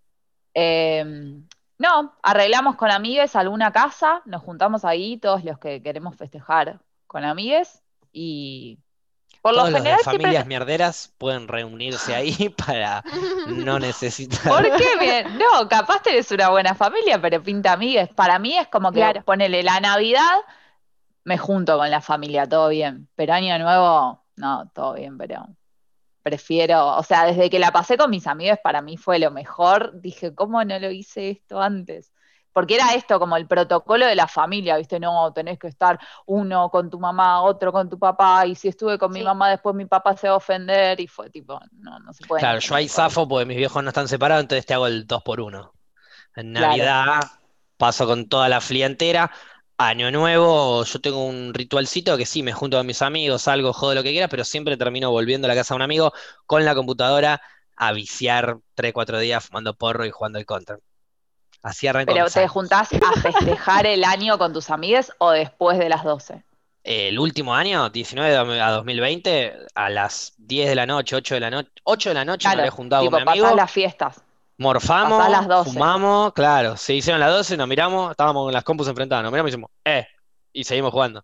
No, arreglamos con amigues alguna casa, nos juntamos ahí, todos los que queremos festejar con amigues, y por lo Todos los de general familias siempre. mierderas pueden reunirse ahí para no necesitar. ¿Por qué bien? No, capaz tenés una buena familia, pero pinta amigues. Para mí es como que Claro. ponele la Navidad, me junto con la familia, todo bien. Pero Año Nuevo, no, todo bien, pero prefiero, o sea, desde que la pasé con mis amigos, para mí fue lo mejor. Dije, ¿cómo no lo hice esto antes? Porque era esto, como el protocolo de la familia, ¿viste? No, tenés que estar uno con tu mamá, otro con tu papá, y si estuve con mi Sí. mamá, después mi papá se va a ofender, y fue tipo, no se pueden Claro, yo ahí ofender por zafo porque mis viejos no están separados, entonces te hago el 2x1. En Claro. Navidad paso con toda la fría entera. Año Nuevo, yo tengo un ritualcito que sí, me junto con mis amigos, salgo, jodo lo que quiera, pero siempre termino volviendo a la casa de un amigo con la computadora a viciar 3, 4 días fumando porro y jugando el Contra. Así arranco Pero mis ¿te años. juntás a festejar el año con tus amigues o después de las 12? El último año, 19 a 2020, a las 10 de la noche, 8 de la noche me Claro, había juntado con tipo mi pasás amigo. las fiestas. Morfamos, Pasás las 12. fumamos, claro, se hicieron las 12, nos miramos, estábamos con las compus enfrentadas, nos miramos y decimos, y seguimos jugando.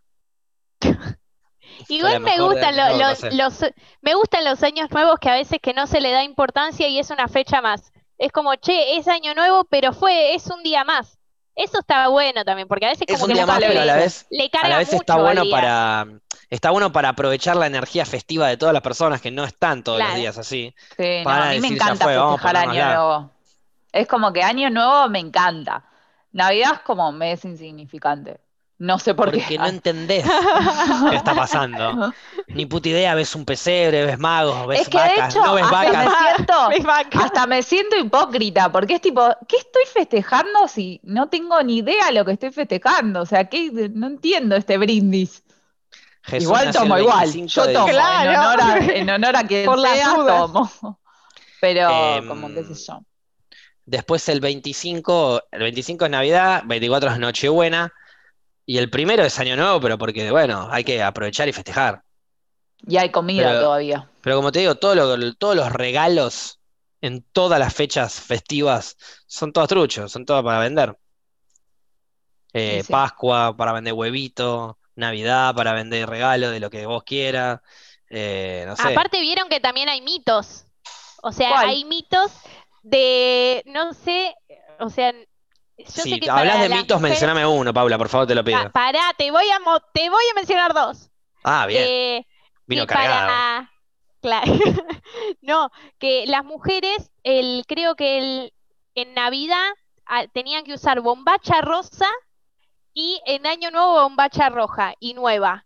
Fue Igual la me mejor de gustan año nuevo que pasé. me gustan los años nuevos que a veces que no se le da importancia y es una fecha más. Es como, che, es año nuevo, pero es un día más. Eso está bueno también, porque a veces Es como un que la día más, gente pero le a la carga vez está mucho al bueno día. está bueno para aprovechar la energía festiva de todas las personas que no están todos los Claro. días así, Sí, no, a para mí me decir, ya encanta fue, vamos a festejar Año ponérnosla. Nuevo. Es como que Año Nuevo me encanta. Navidad es como me es insignificante. No sé por qué. Porque no entendés qué está pasando. Ni puta idea, ves un pesebre, ves magos, ves Es que de vacas, hecho no ves vacas. hasta me siento hipócrita, porque es tipo, ¿qué estoy festejando si no tengo ni idea lo que estoy festejando? O sea, no entiendo este brindis. Jesús Igual nació el tomo igual, 25 yo de tomo, diciembre. Claro. en honor a quien Por las sea, dudas. tomo. Pero como qué sé Em, yo. Después el 25 es Navidad, 24 es Nochebuena, y el primero es Año Nuevo, pero porque, bueno, hay que aprovechar y festejar. Y hay comida Pero, todavía. pero como te digo, todos los regalos en todas las fechas festivas son todos truchos, son todos para vender. Y sí. Pascua para vender huevito, Navidad para vender regalo de lo que vos quieras, no sé. Aparte vieron que también hay mitos. O sea, ¿Cuál? hay mitos de, no sé, o sea, yo sé Si que hablas para de las mitos, mujeres, mencioname uno, Paula, por favor, te lo pido. pará, te voy a mencionar dos. Ah, bien, Eh, vino que cargada hoy. para, claro, no, que las mujeres, creo que en Navidad tenían que usar bombacha rosa y en Año Nuevo bombacha roja y nueva.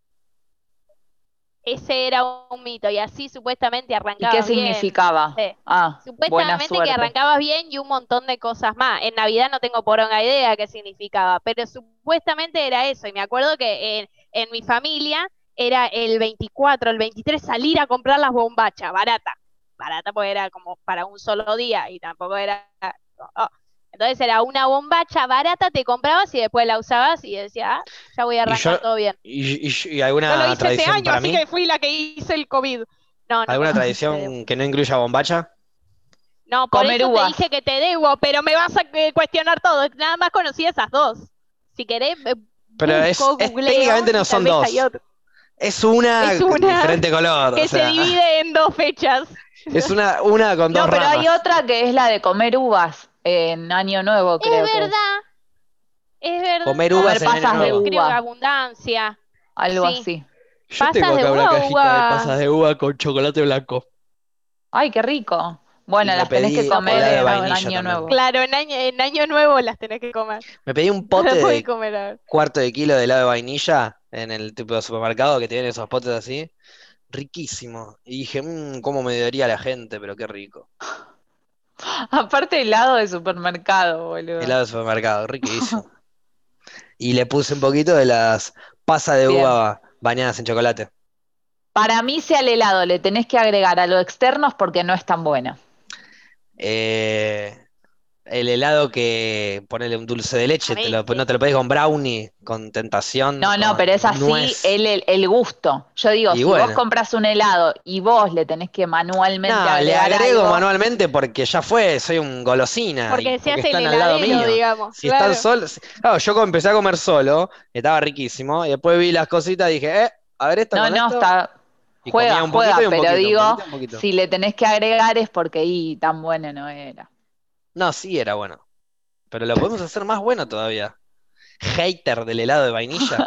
Ese era un mito y así supuestamente ¿Y qué arrancabas bien. significaba? Sí. Ah, buena Supuestamente que suerte. arrancabas bien y un montón de cosas más. En Navidad no tengo poronga idea qué significaba, pero supuestamente era eso. Y me acuerdo que en mi familia era el 24, el 23 salir a comprar las bombachas, barata. Barata porque era como para un solo día y tampoco era... oh. Entonces era una bombacha barata, te comprabas y después la usabas y decías, ya voy a ¿Y yo, arrancar todo bien. y No lo alguna hice ese tradición año, para así mí? que fui la que hice el COVID. No, no, ¿Alguna no. Te debo. tradición que no incluya bombacha? No, por Comer eso te uvas. dije que te debo, pero me vas a cuestionar todo. Nada más conocí esas dos. Si querés, Pero busco, googleo técnicamente no y tal son vez hay dos. otra. Es una Es una diferente color, o que se sea, divide en dos fechas. es una con dos No, pero hay ramas. otra que es la de comer uvas en Año Nuevo, Es creo que es. verdad, es Comer verdad. uvas Comer en Año pasas de Nuevo. Creo que uva, abundancia. algo Sí. así. Yo tengo ¿Pasas de acá una uva o cajita de uva? pasas de uva con chocolate blanco. Ay, qué rico. Y Bueno, me las tenés que pedí No comer helado de podés. en vainilla Año también. Nuevo. Claro, en año nuevo las tenés que comer. Me pedí un No pote las podés de comer ahora. cuarto de kilo de helado de vainilla en el tipo de supermercado que tienen esos potes así. Riquísimo. Y dije, cómo me daría la gente, pero qué rico. Aparte helado de supermercado, boludo. Helado de supermercado, riquísimo. Y le puse un poquito de las pasas de Bien. uva bañadas en chocolate. Para mí, si al helado le tenés que agregar a lo externos porque no es tan buena. Eh, el helado que ponele un dulce de A leche, mí no sí. te lo pedís con brownie, con tentación, No, pero es con así nuez. el gusto. Yo digo, Y si vos bueno, compras un helado y vos le tenés que manualmente no, le agregar agrego algo, manualmente porque ya fue, soy un golosina y Porque se porque hace el están al lado heladero, mío. digamos. Si están Claro. solos, claro, empecé a comer solo, estaba riquísimo, y después vi las cositas y dije, a ver esto no, con no, esto, está, y comía un poquito juega, y un pero poquito, un digo, poquito y un poquito. si le tenés que agregar es porque tan bueno no era. No, sí era bueno, pero lo podemos hacer más bueno todavía. Hater del helado de vainilla.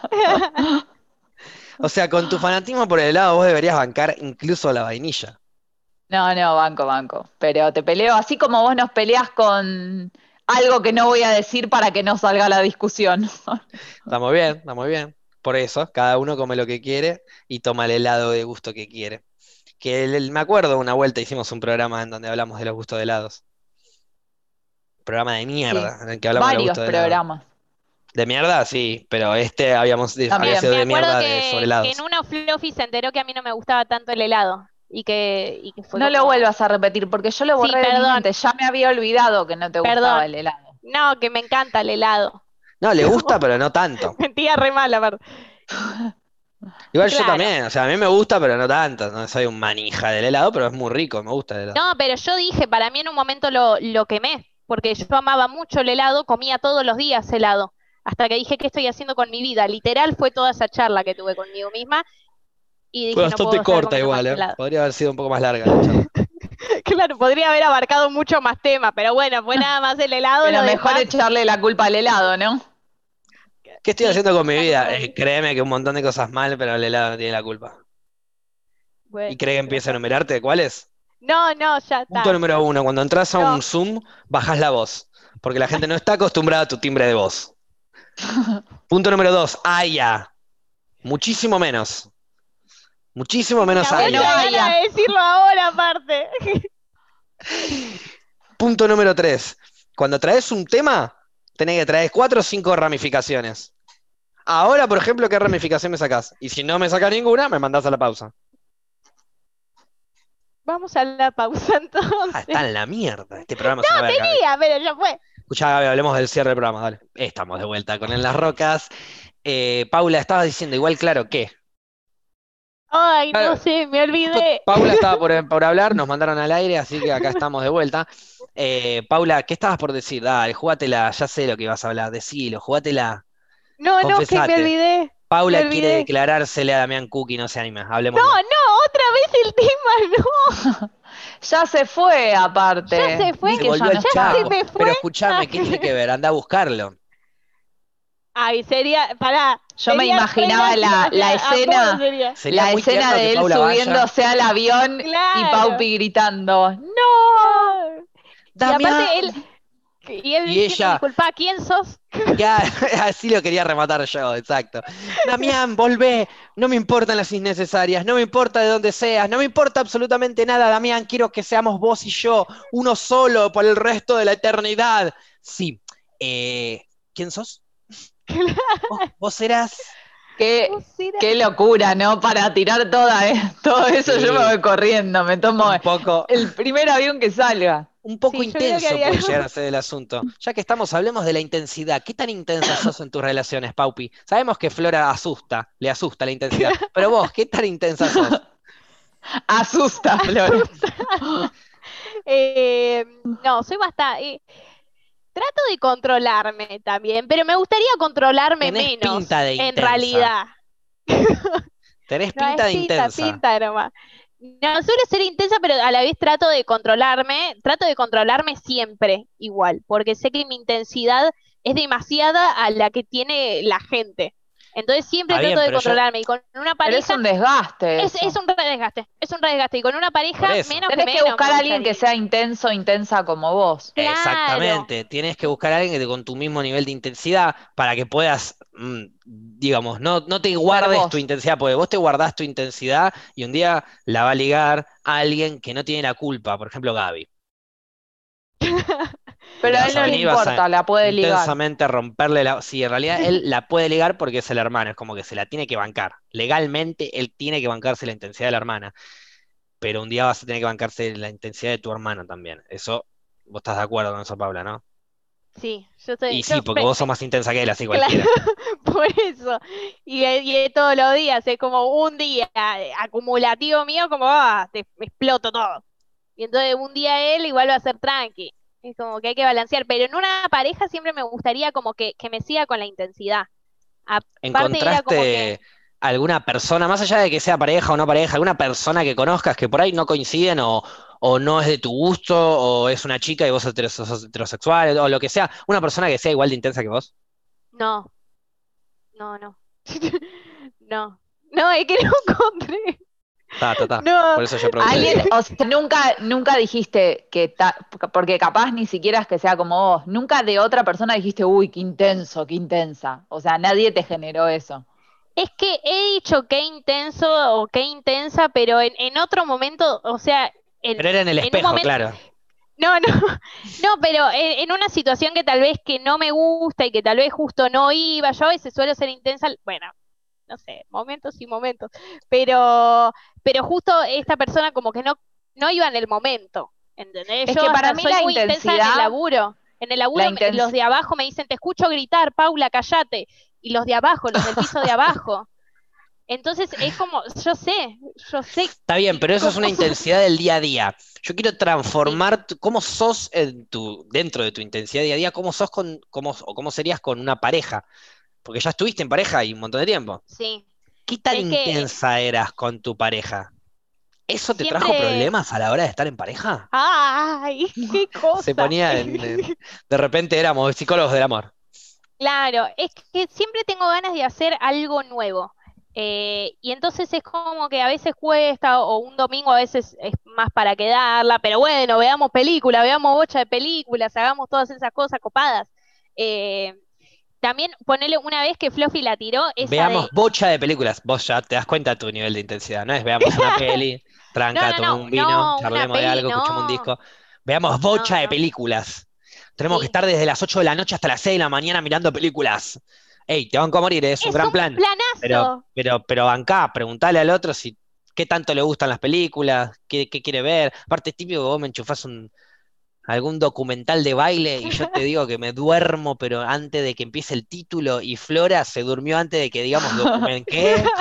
O sea, con tu fanatismo por el helado vos deberías bancar incluso la vainilla. No, banco. Pero te peleo así como vos nos peleás con algo que no voy a decir para que no salga la discusión. Estamos bien, estamos bien. Por eso, cada uno come lo que quiere y toma el helado de gusto que quiere. Me acuerdo una vuelta hicimos un programa en donde hablamos de los gustos de helados. Programa de Sí, mierda, en el que hablamos de los varios gustos de helado. programas De mierda, sí, pero había también. sido Me de acuerdo mierda sobre que en helados. una Fluffy se enteró que a mí no me gustaba tanto el helado y que fue No lo como, vuelvas a repetir porque yo lo sí, borré de mi perdón, mente. Ya me había olvidado que no te gustaba perdón. el helado. No, que me encanta el helado. No, le gusta, pero no tanto. Mentira re mala, perdón. Igual yo Claro. también, o sea, a mí me gusta, pero no tanto. No soy un manija del helado, pero es muy rico, me gusta el helado. No, pero yo dije, para mí en un momento lo quemé, porque yo amaba mucho el helado, comía todos los días helado, hasta que dije, ¿qué estoy haciendo con mi vida? Literal fue toda esa charla que tuve conmigo misma y Fue dije, no bastante puedo estar corta comiendo más igual, ¿eh? helado. Podría haber sido un poco más larga la charla. Claro, podría haber abarcado mucho más temas, pero bueno, fue nada más el helado, Pero lo mejor demás. echarle la culpa al helado, ¿no? ¿Qué estoy Sí, haciendo con mi la vida? culpa de- Créeme que un montón de cosas mal, pero el helado no tiene la culpa. ¿Y Bueno, cree que empieza a gracias. enumerarte cuáles? No, no, ya Punto está. número uno, cuando entras a un No, Zoom, bajás la voz, porque la gente no está acostumbrada a tu timbre de voz. Punto número dos, ya. Muchísimo menos. Muchísimo y me menos da Que haya. no mucha gana haya. de decirlo ahora aparte. Punto número tres, cuando traes un tema, tenés que traer 4 o 5 ramificaciones. Ahora, por ejemplo, ¿qué ramificación me sacás? Y si no me sacás ninguna, me mandás a la pausa. Vamos a la pausa Está entonces. en la mierda. Este programa es una verga. Tenía, pero ya fue. Escuchá, Gaby, hablemos del cierre del programa, dale. Estamos de vuelta con En las Rocas. Paula, estabas diciendo igual claro que. Ay, no Claro, sé, me justo olvidé. Paula estaba por hablar, nos mandaron al aire, así que acá estamos de vuelta. Paula, ¿qué estabas por decir? Dale, jugátela, ya sé lo que ibas a hablar, decilo, jugátela, No, no, que me confesate. olvidé. Me Paula quiere olvidé. declarársele a Damián Cook y no se anima, No, hablemoslo. no, otra vez el tema, no. Ya se fue, Ya aparte. se fue. Vi Se que ya volvió no al Ya está. se chat, me fue. pero escúchame, ¿qué tiene que ver? Anda a buscarlo. Ay, sería, pará, Yo me sería re imaginaba gracioso, o la sea, a vos escena, sería. Sería la muy escena tierno que de él Paula vaya. subiéndose al avión y Claro. Paupi gritando, ¡No! No. Y aparte Damián. él Y diciendo, ella, disculpa, ¿quién sos? ya, así lo quería rematar yo, exacto. Damián, volvé, no me importan las innecesarias, no me importa de dónde seas, no me importa absolutamente nada, Damián, quiero que seamos vos y yo, uno solo por el resto de la eternidad. Sí, ¿quién sos? ¿Vos eras? Qué, ¿Vos eras? qué locura, ¿no? Para tirar todo eso yo me Sí, voy corriendo, me tomo un poco, el primer avión que salga. un poco Sí, yo creo que intenso haría puede algo. llegar a ser el asunto. Ya que estamos, hablemos de la intensidad. ¿Qué tan intensa sos en tus relaciones, Paupi? Sabemos que Flora le asusta la intensidad, pero vos, ¿qué tan intensa sos? Asusta, Flora. Asusta. No, soy bastante. Trato de controlarme también, pero me gustaría controlarme Tenés pinta menos, de en intensa. realidad. Tenés No, pinta es de pinta, intensa. pinta nomás. No, suelo ser intensa, pero a la vez trato de controlarme siempre igual, porque sé que mi intensidad es demasiada a la que tiene la gente. Entonces siempre Está trato bien, de pero yo, controlarme y con una Pero es pareja un desgaste es eso. un redesgaste, es un redesgaste y con una por pareja eso. menos que Tenés que menos me buscar a alguien que gustaría. sea intenso o intensa como vos. Claro, Exactamente. Tienes que buscar a alguien con tu mismo nivel de intensidad para que puedas, digamos, no te Ser guardes tu vos. intensidad, porque vos te guardás tu intensidad y un día la va a ligar a alguien que no tiene la culpa, por ejemplo, Gaby. Y Pero le a vas él a no le venir y vas a importa, la puede ligar. intensamente romperle la... Sí, en realidad él la puede ligar porque es el hermano, es como que se la tiene que bancar. Legalmente él tiene que bancarse la intensidad de la hermana, pero un día vas a tener que bancarse la intensidad de tu hermano también. Eso, vos estás de acuerdo con eso, Paula, ¿no? sí, yo estoy, Y sí, porque vos sos más intensa que él, así claro, cualquiera. por eso. Y es todos los días, es como un día acumulativo mío, como te exploto todo. Y entonces un día él igual va a ser tranqui. Es como que hay que balancear. Pero en una pareja siempre me gustaría como que me siga con la intensidad. Aparte era como que, ¿Encontraste alguna persona, más allá de que sea pareja o no pareja, alguna persona que conozcas que por ahí no coinciden o no es de tu gusto, o es una chica y vos sos heterosexual, o lo que sea, una persona que sea igual de intensa que vos? no, no, no. No, no, es que no encontré. Ta. No, Por eso yo pregunté. Alguien, o sea, nunca dijiste porque capaz ni siquiera es que sea como vos, nunca de otra persona dijiste, uy, qué intenso, qué intensa. O sea, nadie te generó eso. es que he dicho qué intenso o qué intensa, pero en otro momento, o sea, Pero era en el en un espejo, momento, claro. no, no, no, pero en una situación que tal vez que no me gusta y que tal vez justo no iba, yo a veces suelo ser intensa, bueno, no sé, momentos y momentos, pero justo esta persona como que no iba en el momento, ¿entendés? Es Yo que para hasta mí soy muy intensa en el la laburo los de abajo me dicen, te escucho gritar, Paula, cállate, y los de abajo, los del piso de abajo. Entonces es como, yo sé Está bien, pero eso es una cómo sos. intensidad del día a día. Yo quiero Sí, transformar cómo sos dentro de tu intensidad día a día, cómo serías con una pareja. Porque ya estuviste en pareja y un montón de tiempo. sí. ¿Qué tan Es que intensa eras con tu pareja? ¿Eso te trajo siempre, problemas a la hora de estar en pareja? ay, qué Se cosa. ponía de repente éramos psicólogos del amor. Claro, es que siempre tengo ganas de hacer algo nuevo. Y entonces es como que a veces cuesta, o un domingo a veces es más para quedarla, pero bueno, veamos películas, veamos bocha de películas, hagamos todas esas cosas copadas. Eh, También ponerle una vez que Fluffy la tiró, esa Veamos de... bocha de películas. Vos ya te das cuenta de tu nivel de intensidad, ¿no? Es veamos una peli, No, tranca, no, tomemos no, un vino, no, una charlemos de peli, algo, escuchemos un no, disco. Veamos no, bocha de no, películas. Tenemos que sí. estar desde las 8 de la noche hasta las 6 de la mañana mirando películas. Ey, te banco a morir, es un Es gran un plan. planazo. Pero bancá, preguntale al otro si qué tanto le gustan las películas, qué quiere ver. Aparte, es típico que vos me enchufás algún documental de baile y yo te digo que me duermo, pero antes de que empiece el título y Flora se durmió antes de que digamos ¿qué?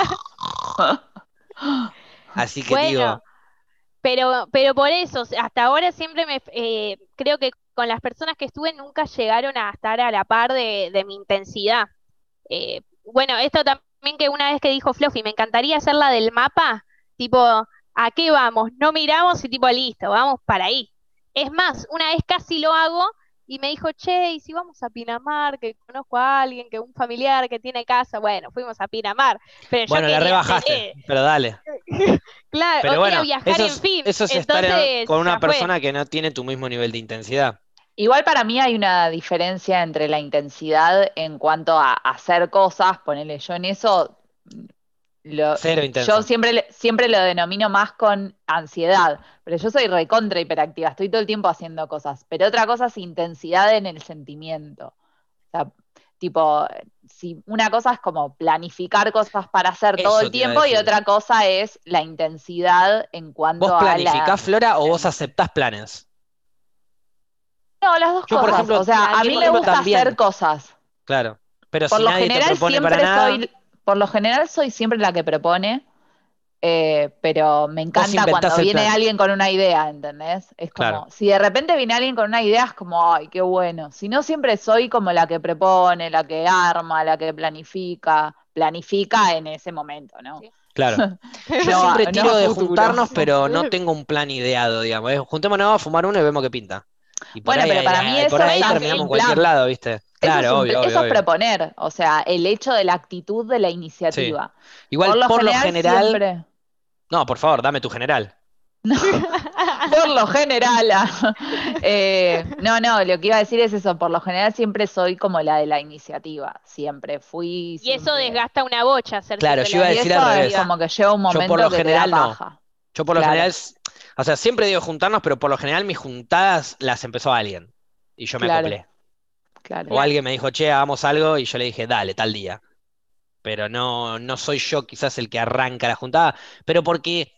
Así que digo, Bueno, pero por eso, hasta ahora siempre creo que con las personas que estuve nunca llegaron a estar a la par de mi intensidad. Bueno, esto también que una vez que dijo Fluffy, me encantaría hacer la del mapa, tipo, ¿a qué vamos? No miramos y tipo, listo, vamos para ahí. Es más, una vez casi lo hago y me dijo, che, ¿y si vamos a Pinamar? Que conozco a alguien, que un familiar que tiene casa. Bueno, fuimos a Pinamar, pero yo bueno, la quería hacer, rebajaste, pero dale. claro, Pero o quería bueno, viajar en fin, eso es estar entonces con una ya fue. persona que no tiene tu mismo nivel de intensidad. Igual para mí hay una diferencia entre la intensidad en cuanto a hacer cosas, ponele yo en eso, lo, Cero yo intenso. siempre lo denomino más con ansiedad, pero yo soy recontra hiperactiva, estoy todo el tiempo haciendo cosas, pero otra cosa es intensidad en el sentimiento. O sea, tipo, si una cosa es como planificar cosas para hacer todo el Eso te iba a tiempo y decir. otra cosa es la intensidad en ¿Vos cuanto a la... planificás, Flora, o vos aceptás planes? No, las dos Yo, por cosas. ejemplo, O sea, a yo, mí por me ejemplo, gusta hacer también, cosas. claro. Pero Por si lo nadie te general propone para nada, por lo general soy siempre la que propone, pero me vos encanta cuando inventás el viene plan. alguien con una idea, ¿entendés? Es Claro. como, si de repente viene alguien con una idea, es como, ay, qué bueno. Si no, siempre soy como la que propone, la que arma, la que planifica en ese momento, ¿no? Sí. Claro. Yo No siempre no a tiro de futuro. juntarnos, pero no tengo un plan ideado, digamos. Juntémonos a fumar uno y vemos qué pinta. Y Bueno, pero para mí por eso ahí ya es terminamos en un cualquier plan. lado, ¿viste? Claro, obvio, obvio, Eso es obvio. proponer, o sea, el hecho de la actitud de la Sí. iniciativa. Por Igual, lo por lo general general, siempre, no, por favor, dame tu general. por lo general, no, lo que iba a decir es eso, por lo general siempre soy como la de la iniciativa, siempre fui, Y eso siempre. desgasta una bocha ser Claro, siempre yo la iba a Y decir al eso es revés. como que llega un Yo por momento lo que te da general no. paja. Yo por lo general, Claro, o sea, siempre digo juntarnos, pero por lo general mis juntadas las empezó alguien. Y yo me claro, acoplé. claro. O Claro. alguien me dijo, che, hagamos algo, y yo le dije, dale, tal día. Pero no soy yo quizás el que arranca la juntada, pero porque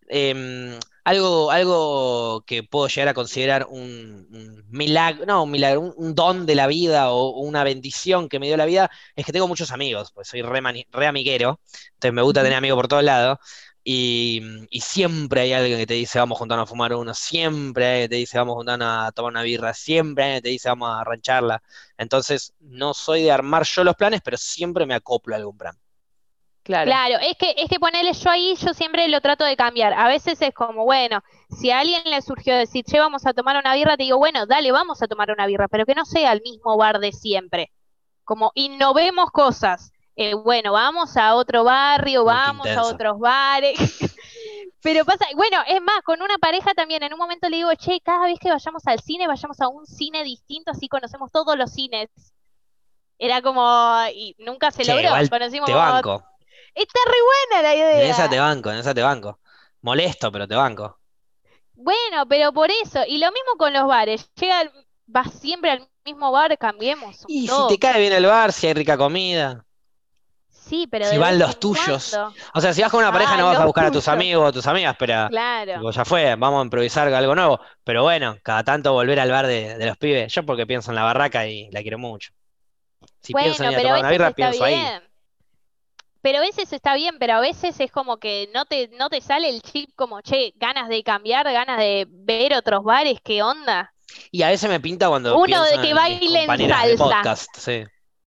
algo que puedo llegar a considerar un milagro, no, un milagro, un don de la vida o una bendición que me dio la vida, es que tengo muchos amigos, pues soy re amiguero, entonces me gusta Ujú. tener amigos por todos lados. Y siempre hay alguien que te dice vamos juntarnos a fumar uno, siempre hay alguien que te dice vamos juntarnos a tomar una birra, siempre hay alguien que te dice vamos a arrancharla. Entonces no soy de armar yo los planes, pero siempre me acoplo a algún plan. Claro, Claro, es que ponerle yo ahí, yo siempre lo trato de cambiar. A veces es como, bueno, si a alguien le surgió decir, che, vamos a tomar una birra, te digo, bueno, dale, vamos a tomar una birra, pero que no sea el mismo bar de siempre. Como innovemos cosas. Bueno, vamos a otro barrio, Uy, qué vamos a intenso. otros bares. Pero pasa, bueno, es más, con una pareja también, en un momento le digo, che, cada vez que vayamos al cine, vayamos a un cine distinto, así conocemos todos los cines. Era como, y nunca se Che, logró, igual conocimos te como, banco. está re buena la En esa te idea. banco, en esa te banco. Molesto, pero te banco. Bueno, pero por eso, y lo mismo con los bares, vas siempre al mismo bar, cambiemos un Y si te cae toque. bien el bar, si hay rica comida, Sí, pero si de van vez los en tuyos. cuando. O sea, si vas con una pareja no Ay, vas a los buscar a tus tuyos. amigos o a tus amigas, pero Claro. tipo, ya fue, vamos a improvisar algo nuevo. Pero bueno, cada tanto volver al bar de los pibes. Yo porque pienso en la barraca y la quiero mucho. Si pienso en Bueno, ir a pero a tomar una veces birra, está pienso ahí. bien. pero a veces está bien, pero a veces es como que no te sale el chip como, che, ganas de cambiar, ganas de ver otros bares, ¿qué onda? Y a veces me pinta cuando Uno pienso de que en mis bailen compañeras de salsa. podcast, sí.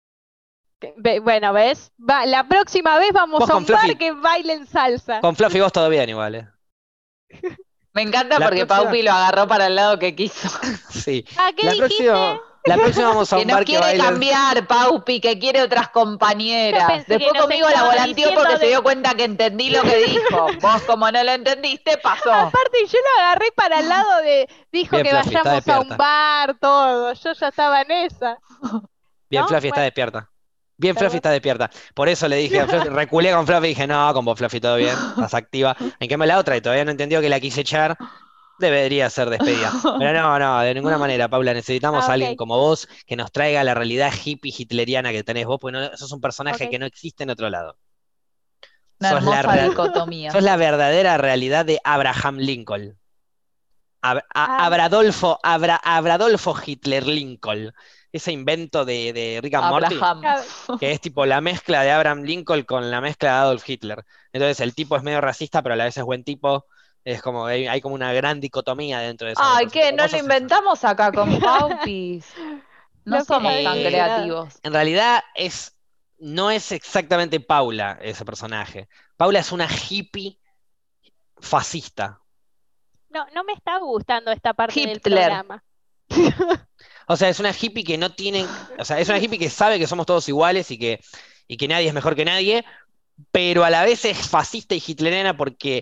Bueno, ¿ves? La próxima vez vamos Vos a con un bar Fluffy, que bailen salsa. con Fluffy vos todo bien igual, ¿eh? Me encanta La porque próxima, Paupi lo agarró para el lado que quiso. sí. ¿Ah, qué La dijiste? próxima, la próxima vamos a Que un nos bar que quiere bailen. cambiar, Paupi, que quiere otras Yo compañeras. pensé que Después nos conmigo la estaba volanteó diciendo porque se de... dio cuenta que entendí lo que dijo. Vos, como no lo entendiste, pasó. Aparte, yo lo agarré para el lado de... Dijo Bien, que Fluffy, está vayamos a un despierta. bar, todo. Yo ya estaba en esa, Bien, ¿no? Fluffy está Bueno, despierta. Bien, Fluffy perdón. está despierta. Por eso le dije a Fluffy, reculé con Fluffy y dije, no, con vos, Fluffy, todo bien, estás activa. En cambio, la otra, y todavía no entendió que la quise echar, debería ser despedida. Pero no, no, de ninguna manera, Paula, necesitamos Ah, a alguien ok, como vos que nos traiga la realidad hippie hitleriana que tenés vos, porque sos un personaje que ok. no existe en otro lado. Una Sos la, hermosa real- dicotomía. sos la verdadera realidad de Abraham Lincoln. Ah, Abradolfo Hitler Lincoln. Ese invento de Rick and Morty, Abraham. ah, que es tipo la mezcla de Abraham Lincoln con la mezcla de Adolf Hitler. Entonces el tipo es medio racista, pero a la vez es buen tipo. Es como, hay como una gran dicotomía dentro de esos dos Ay, ¿qué? personajes. ¿No Vos lo sos eso. inventamos acá con Paupis? No Fluffy no somos dijo tan Eh, nada. creativos. en realidad no es exactamente Paula ese personaje. Paula es una hippie fascista. No, no me está gustando esta parte del Hitler. programa. O sea, es una hippie que no tiene, o sea, es una hippie que sabe que somos todos iguales y que nadie es mejor que nadie, pero a la vez es fascista y hitleriana porque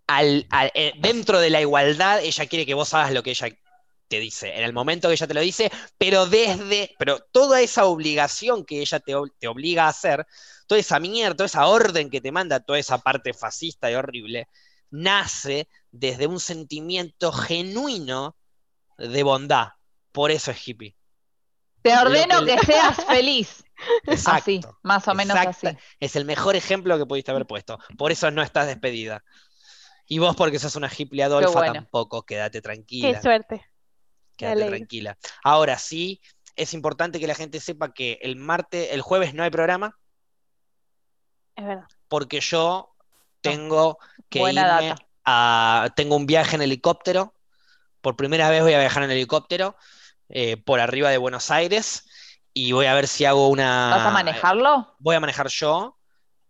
dentro de la igualdad ella quiere que vos hagas lo que ella te dice, en el momento que ella te lo dice, pero toda esa obligación que ella te obliga a hacer, toda esa mierda, toda esa orden que te manda, toda esa parte fascista y horrible, nace desde un sentimiento genuino de bondad. Por eso es hippie. Te Lo que ordeno que seas feliz. Así, Exacto, más o menos exacto. así. Es el mejor ejemplo que pudiste haber puesto. Por eso no estás despedida. Y vos, porque sos una hippie Qué Adolfa, bueno. tampoco. Quédate Qué tranquila. suerte, me Quédate alegro. tranquila. Ahora sí, es importante que la gente sepa que el jueves no hay programa, Es verdad. porque yo No, tengo que buena irme data. tengo un viaje en helicóptero. Por primera vez voy a viajar en helicóptero por arriba de Buenos Aires y voy a ver si hago ¿Vas a una. manejarlo? Voy a manejar yo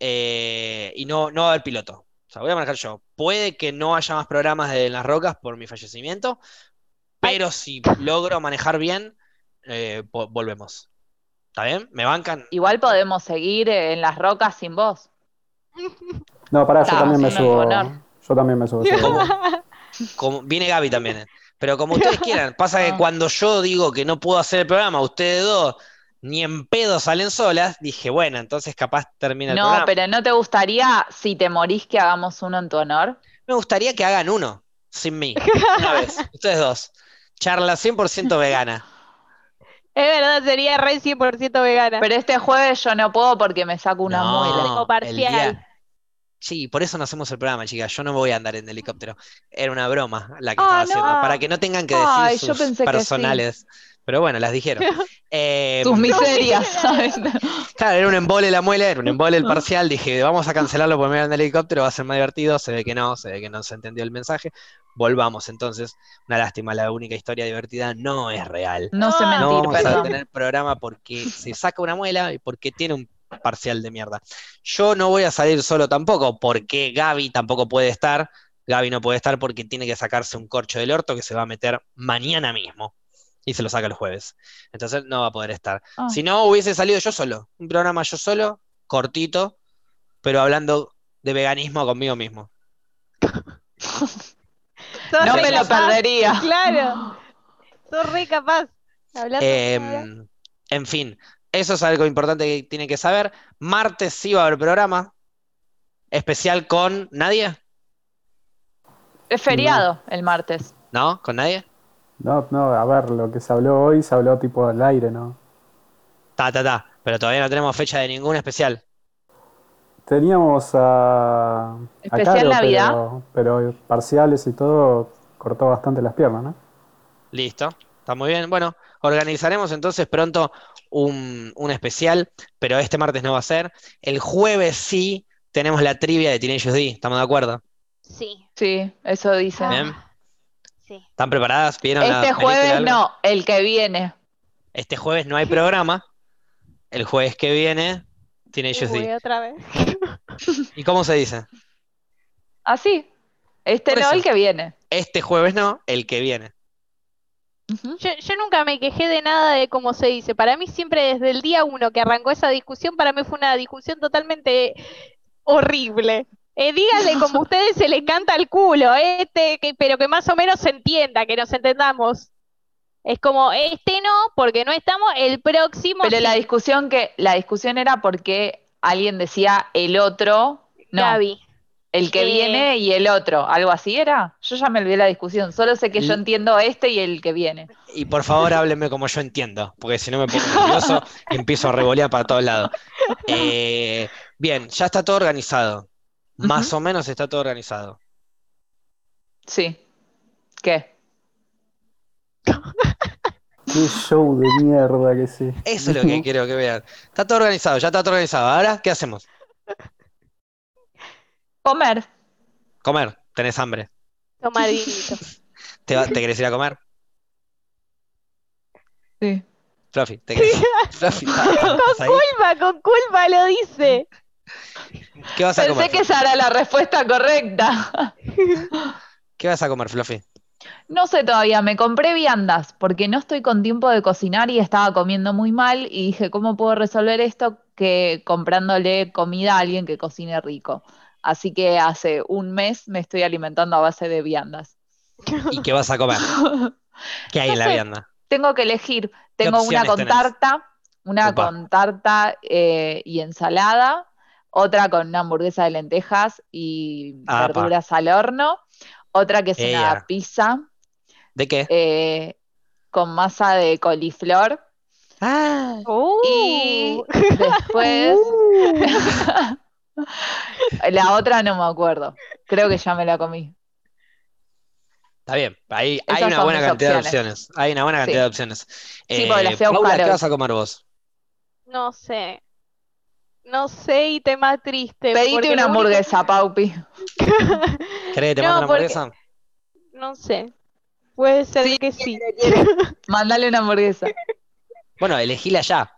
y no va a haber piloto. O sea, voy a manejar yo. Puede que no haya más programas de Las Rocas por mi fallecimiento, Ay, pero si logro manejar bien, volvemos. ¿Está bien? ¿Me bancan? Igual podemos seguir en las rocas sin vos. No, pará, yo también Hagamos me uno en tu honor. subo. Yo también me subo. Yo Como, viene Gaby también. Pero como ustedes quieran, pasa que Ah. cuando yo digo que no puedo hacer el programa, ustedes dos ni en pedo salen solas, dije, bueno, entonces capaz termina el No, programa. pero ¿no te gustaría, si te morís, que hagamos uno en tu honor? Me gustaría que hagan uno, sin mí, una vez, ustedes dos. Charla 100% vegana. es verdad, sería re 100% vegana. Pero este jueves yo no puedo porque me saco una Yo muela. tengo No, el día. parcial. Sí, por eso no hacemos el programa, chicas. Yo no voy a andar en helicóptero. Era una broma la que estaba Ah, haciendo, para no. que no tengan que decir Ay, yo sus pensé que sí. personales. Pero bueno, las dijeron. Tus Em, miserias, ¿sabes? Claro, era un embole la muela, era un embole el parcial. Dije, vamos a cancelarlo por medio del helicóptero, va a ser más divertido. Se ve que no se entendió el mensaje. Volvamos entonces. Una lástima, la única historia divertida no es real. No sé No, No mentir, vamos a perdón. tener programa porque se saca una muela y porque tiene un parcial de mierda. Yo no voy a salir solo tampoco, porque Gaby tampoco puede estar. Gaby no puede estar porque tiene que sacarse un corcho del orto que se va a meter mañana mismo. Y se lo saca el jueves. Entonces no va a poder estar. Ah. Si no, hubiese salido yo solo. Un programa yo solo, cortito, pero hablando de veganismo conmigo mismo. Sos No re me lo Entonces, capaz. perdería. Claro, sos re capaz. Hablando ahora. en fin, eso es algo importante que tienen que saber. Martes sí va a haber programa especial con nadie, Es no, feriado el martes. ¿no? ¿Con nadie? no, a ver, lo que se habló hoy se habló tipo al aire, ¿no? Pero todavía no tenemos fecha de ningún especial. Teníamos a Especial Caro, Navidad. pero parciales y todo cortó bastante las piernas, ¿no? Listo, está muy bien. Bueno, organizaremos entonces pronto un especial, pero este martes no va a ser. El jueves sí tenemos la trivia de Teenage D, ¿estamos de acuerdo? Sí. Sí, eso dicen. Bien. Sí. ¿Están preparadas? ¿Vieron la Este película jueves algo? no, el que viene. Este jueves no hay programa. El jueves que viene, Teenage D. Otra vez. ¿Y cómo se dice? Así. Este Por no, eso. el que viene. Este jueves no, el que viene. Ujú. Yo nunca me quejé de nada de cómo se dice. Para mí siempre desde el día uno que arrancó esa discusión, para mí fue una discusión totalmente horrible. Díganle como a ustedes se les canta el culo, pero que más o menos se entienda, que nos entendamos. Es como, no, porque no estamos, el próximo Pero la sí. discusión era porque alguien decía el otro, no, Gaby. el que viene y el otro, ¿algo así era? Yo ya me olvidé la discusión, solo sé que yo entiendo este y el que viene. Y por favor háblenme como yo entiendo, porque si no me pongo nervioso y empiezo a revolear para todos lados. Bien, ya está todo organizado. Más Ujú. o menos está todo organizado. Sí. ¿Qué? Qué show de mierda que sí. Eso es lo que quiero que vean. Está todo organizado, ya está todo organizado. Ahora, ¿qué hacemos? Comer. Comer, tenés hambre. Tomar vinito. ¿Te querés ir a comer? Sí. Fluffy, ¿te querés? Fluffy, ¿estás ahí? Con culpa lo dice. ¿Qué vas a Pensé comer, que Fluffy? esa era la respuesta correcta. ¿Qué vas a comer, Fluffy? No sé todavía, me compré viandas porque no estoy con tiempo de cocinar y estaba comiendo muy mal y dije, ¿cómo puedo resolver esto? Que comprándole comida a alguien que cocine rico. Así que hace un mes me estoy alimentando a base de viandas. ¿Y qué vas a comer? ¿Qué hay No en la sé, vianda? tengo que elegir. ¿Qué Tengo opciones tenés? una Upa. con tarta y ensalada, otra con una hamburguesa de lentejas y Apa. verduras al horno, otra que es una Ella. pizza ¿De qué? con masa de coliflor Ah. y después la otra no me acuerdo. Creo que ya me la comí. Está bien, hay Esas una son buena mis cantidad de opciones. opciones. Hay una buena cantidad Sí, de opciones. sí, porque las fui a Paula, buscar ¿qué hoy. vas a comer vos? No sé. No sé y tema triste, Pedite porque una lo único... hamburguesa, Paupi. ¿Querés que te mande No, una porque... hamburguesa? No sé. Puede ser Sí, que sí. mándale una hamburguesa. Bueno, elegíla ya.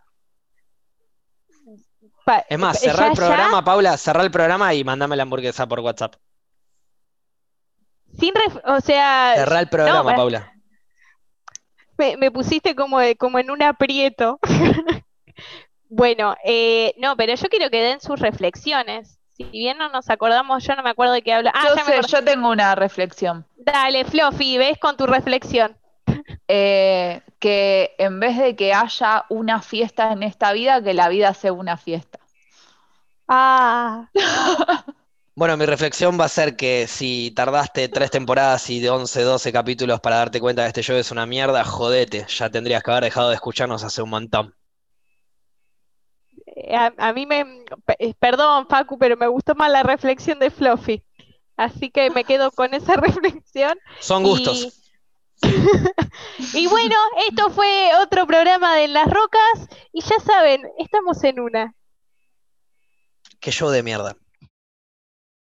Es más, cerrá el Ya, ya, programa, Paula, cerrá el programa y mandame la hamburguesa por WhatsApp. o sea, Cerrá el no, programa, Paula. me pusiste como en un aprieto. Bueno, no, pero yo quiero que den sus reflexiones. Si bien no nos acordamos, yo no me acuerdo de qué habla. Ah, Yo ya me sé, acordé. yo tengo una reflexión. Dale, Fluffy, ves con tu reflexión. Que en vez de que haya una fiesta en esta vida, que la vida sea una fiesta. Ah, Bueno, mi reflexión va a ser que si tardaste 3 temporadas y de 11, 12 capítulos para darte cuenta que este show es una mierda, jodete. Ya tendrías que haber dejado de escucharnos hace un montón. a mí perdón, Facu, pero me gustó más la reflexión de Fluffy. Así que me quedo con esa reflexión. Son Y, gustos. y bueno, esto fue otro programa de Las Rocas. Y ya saben, estamos en una. Qué show de mierda.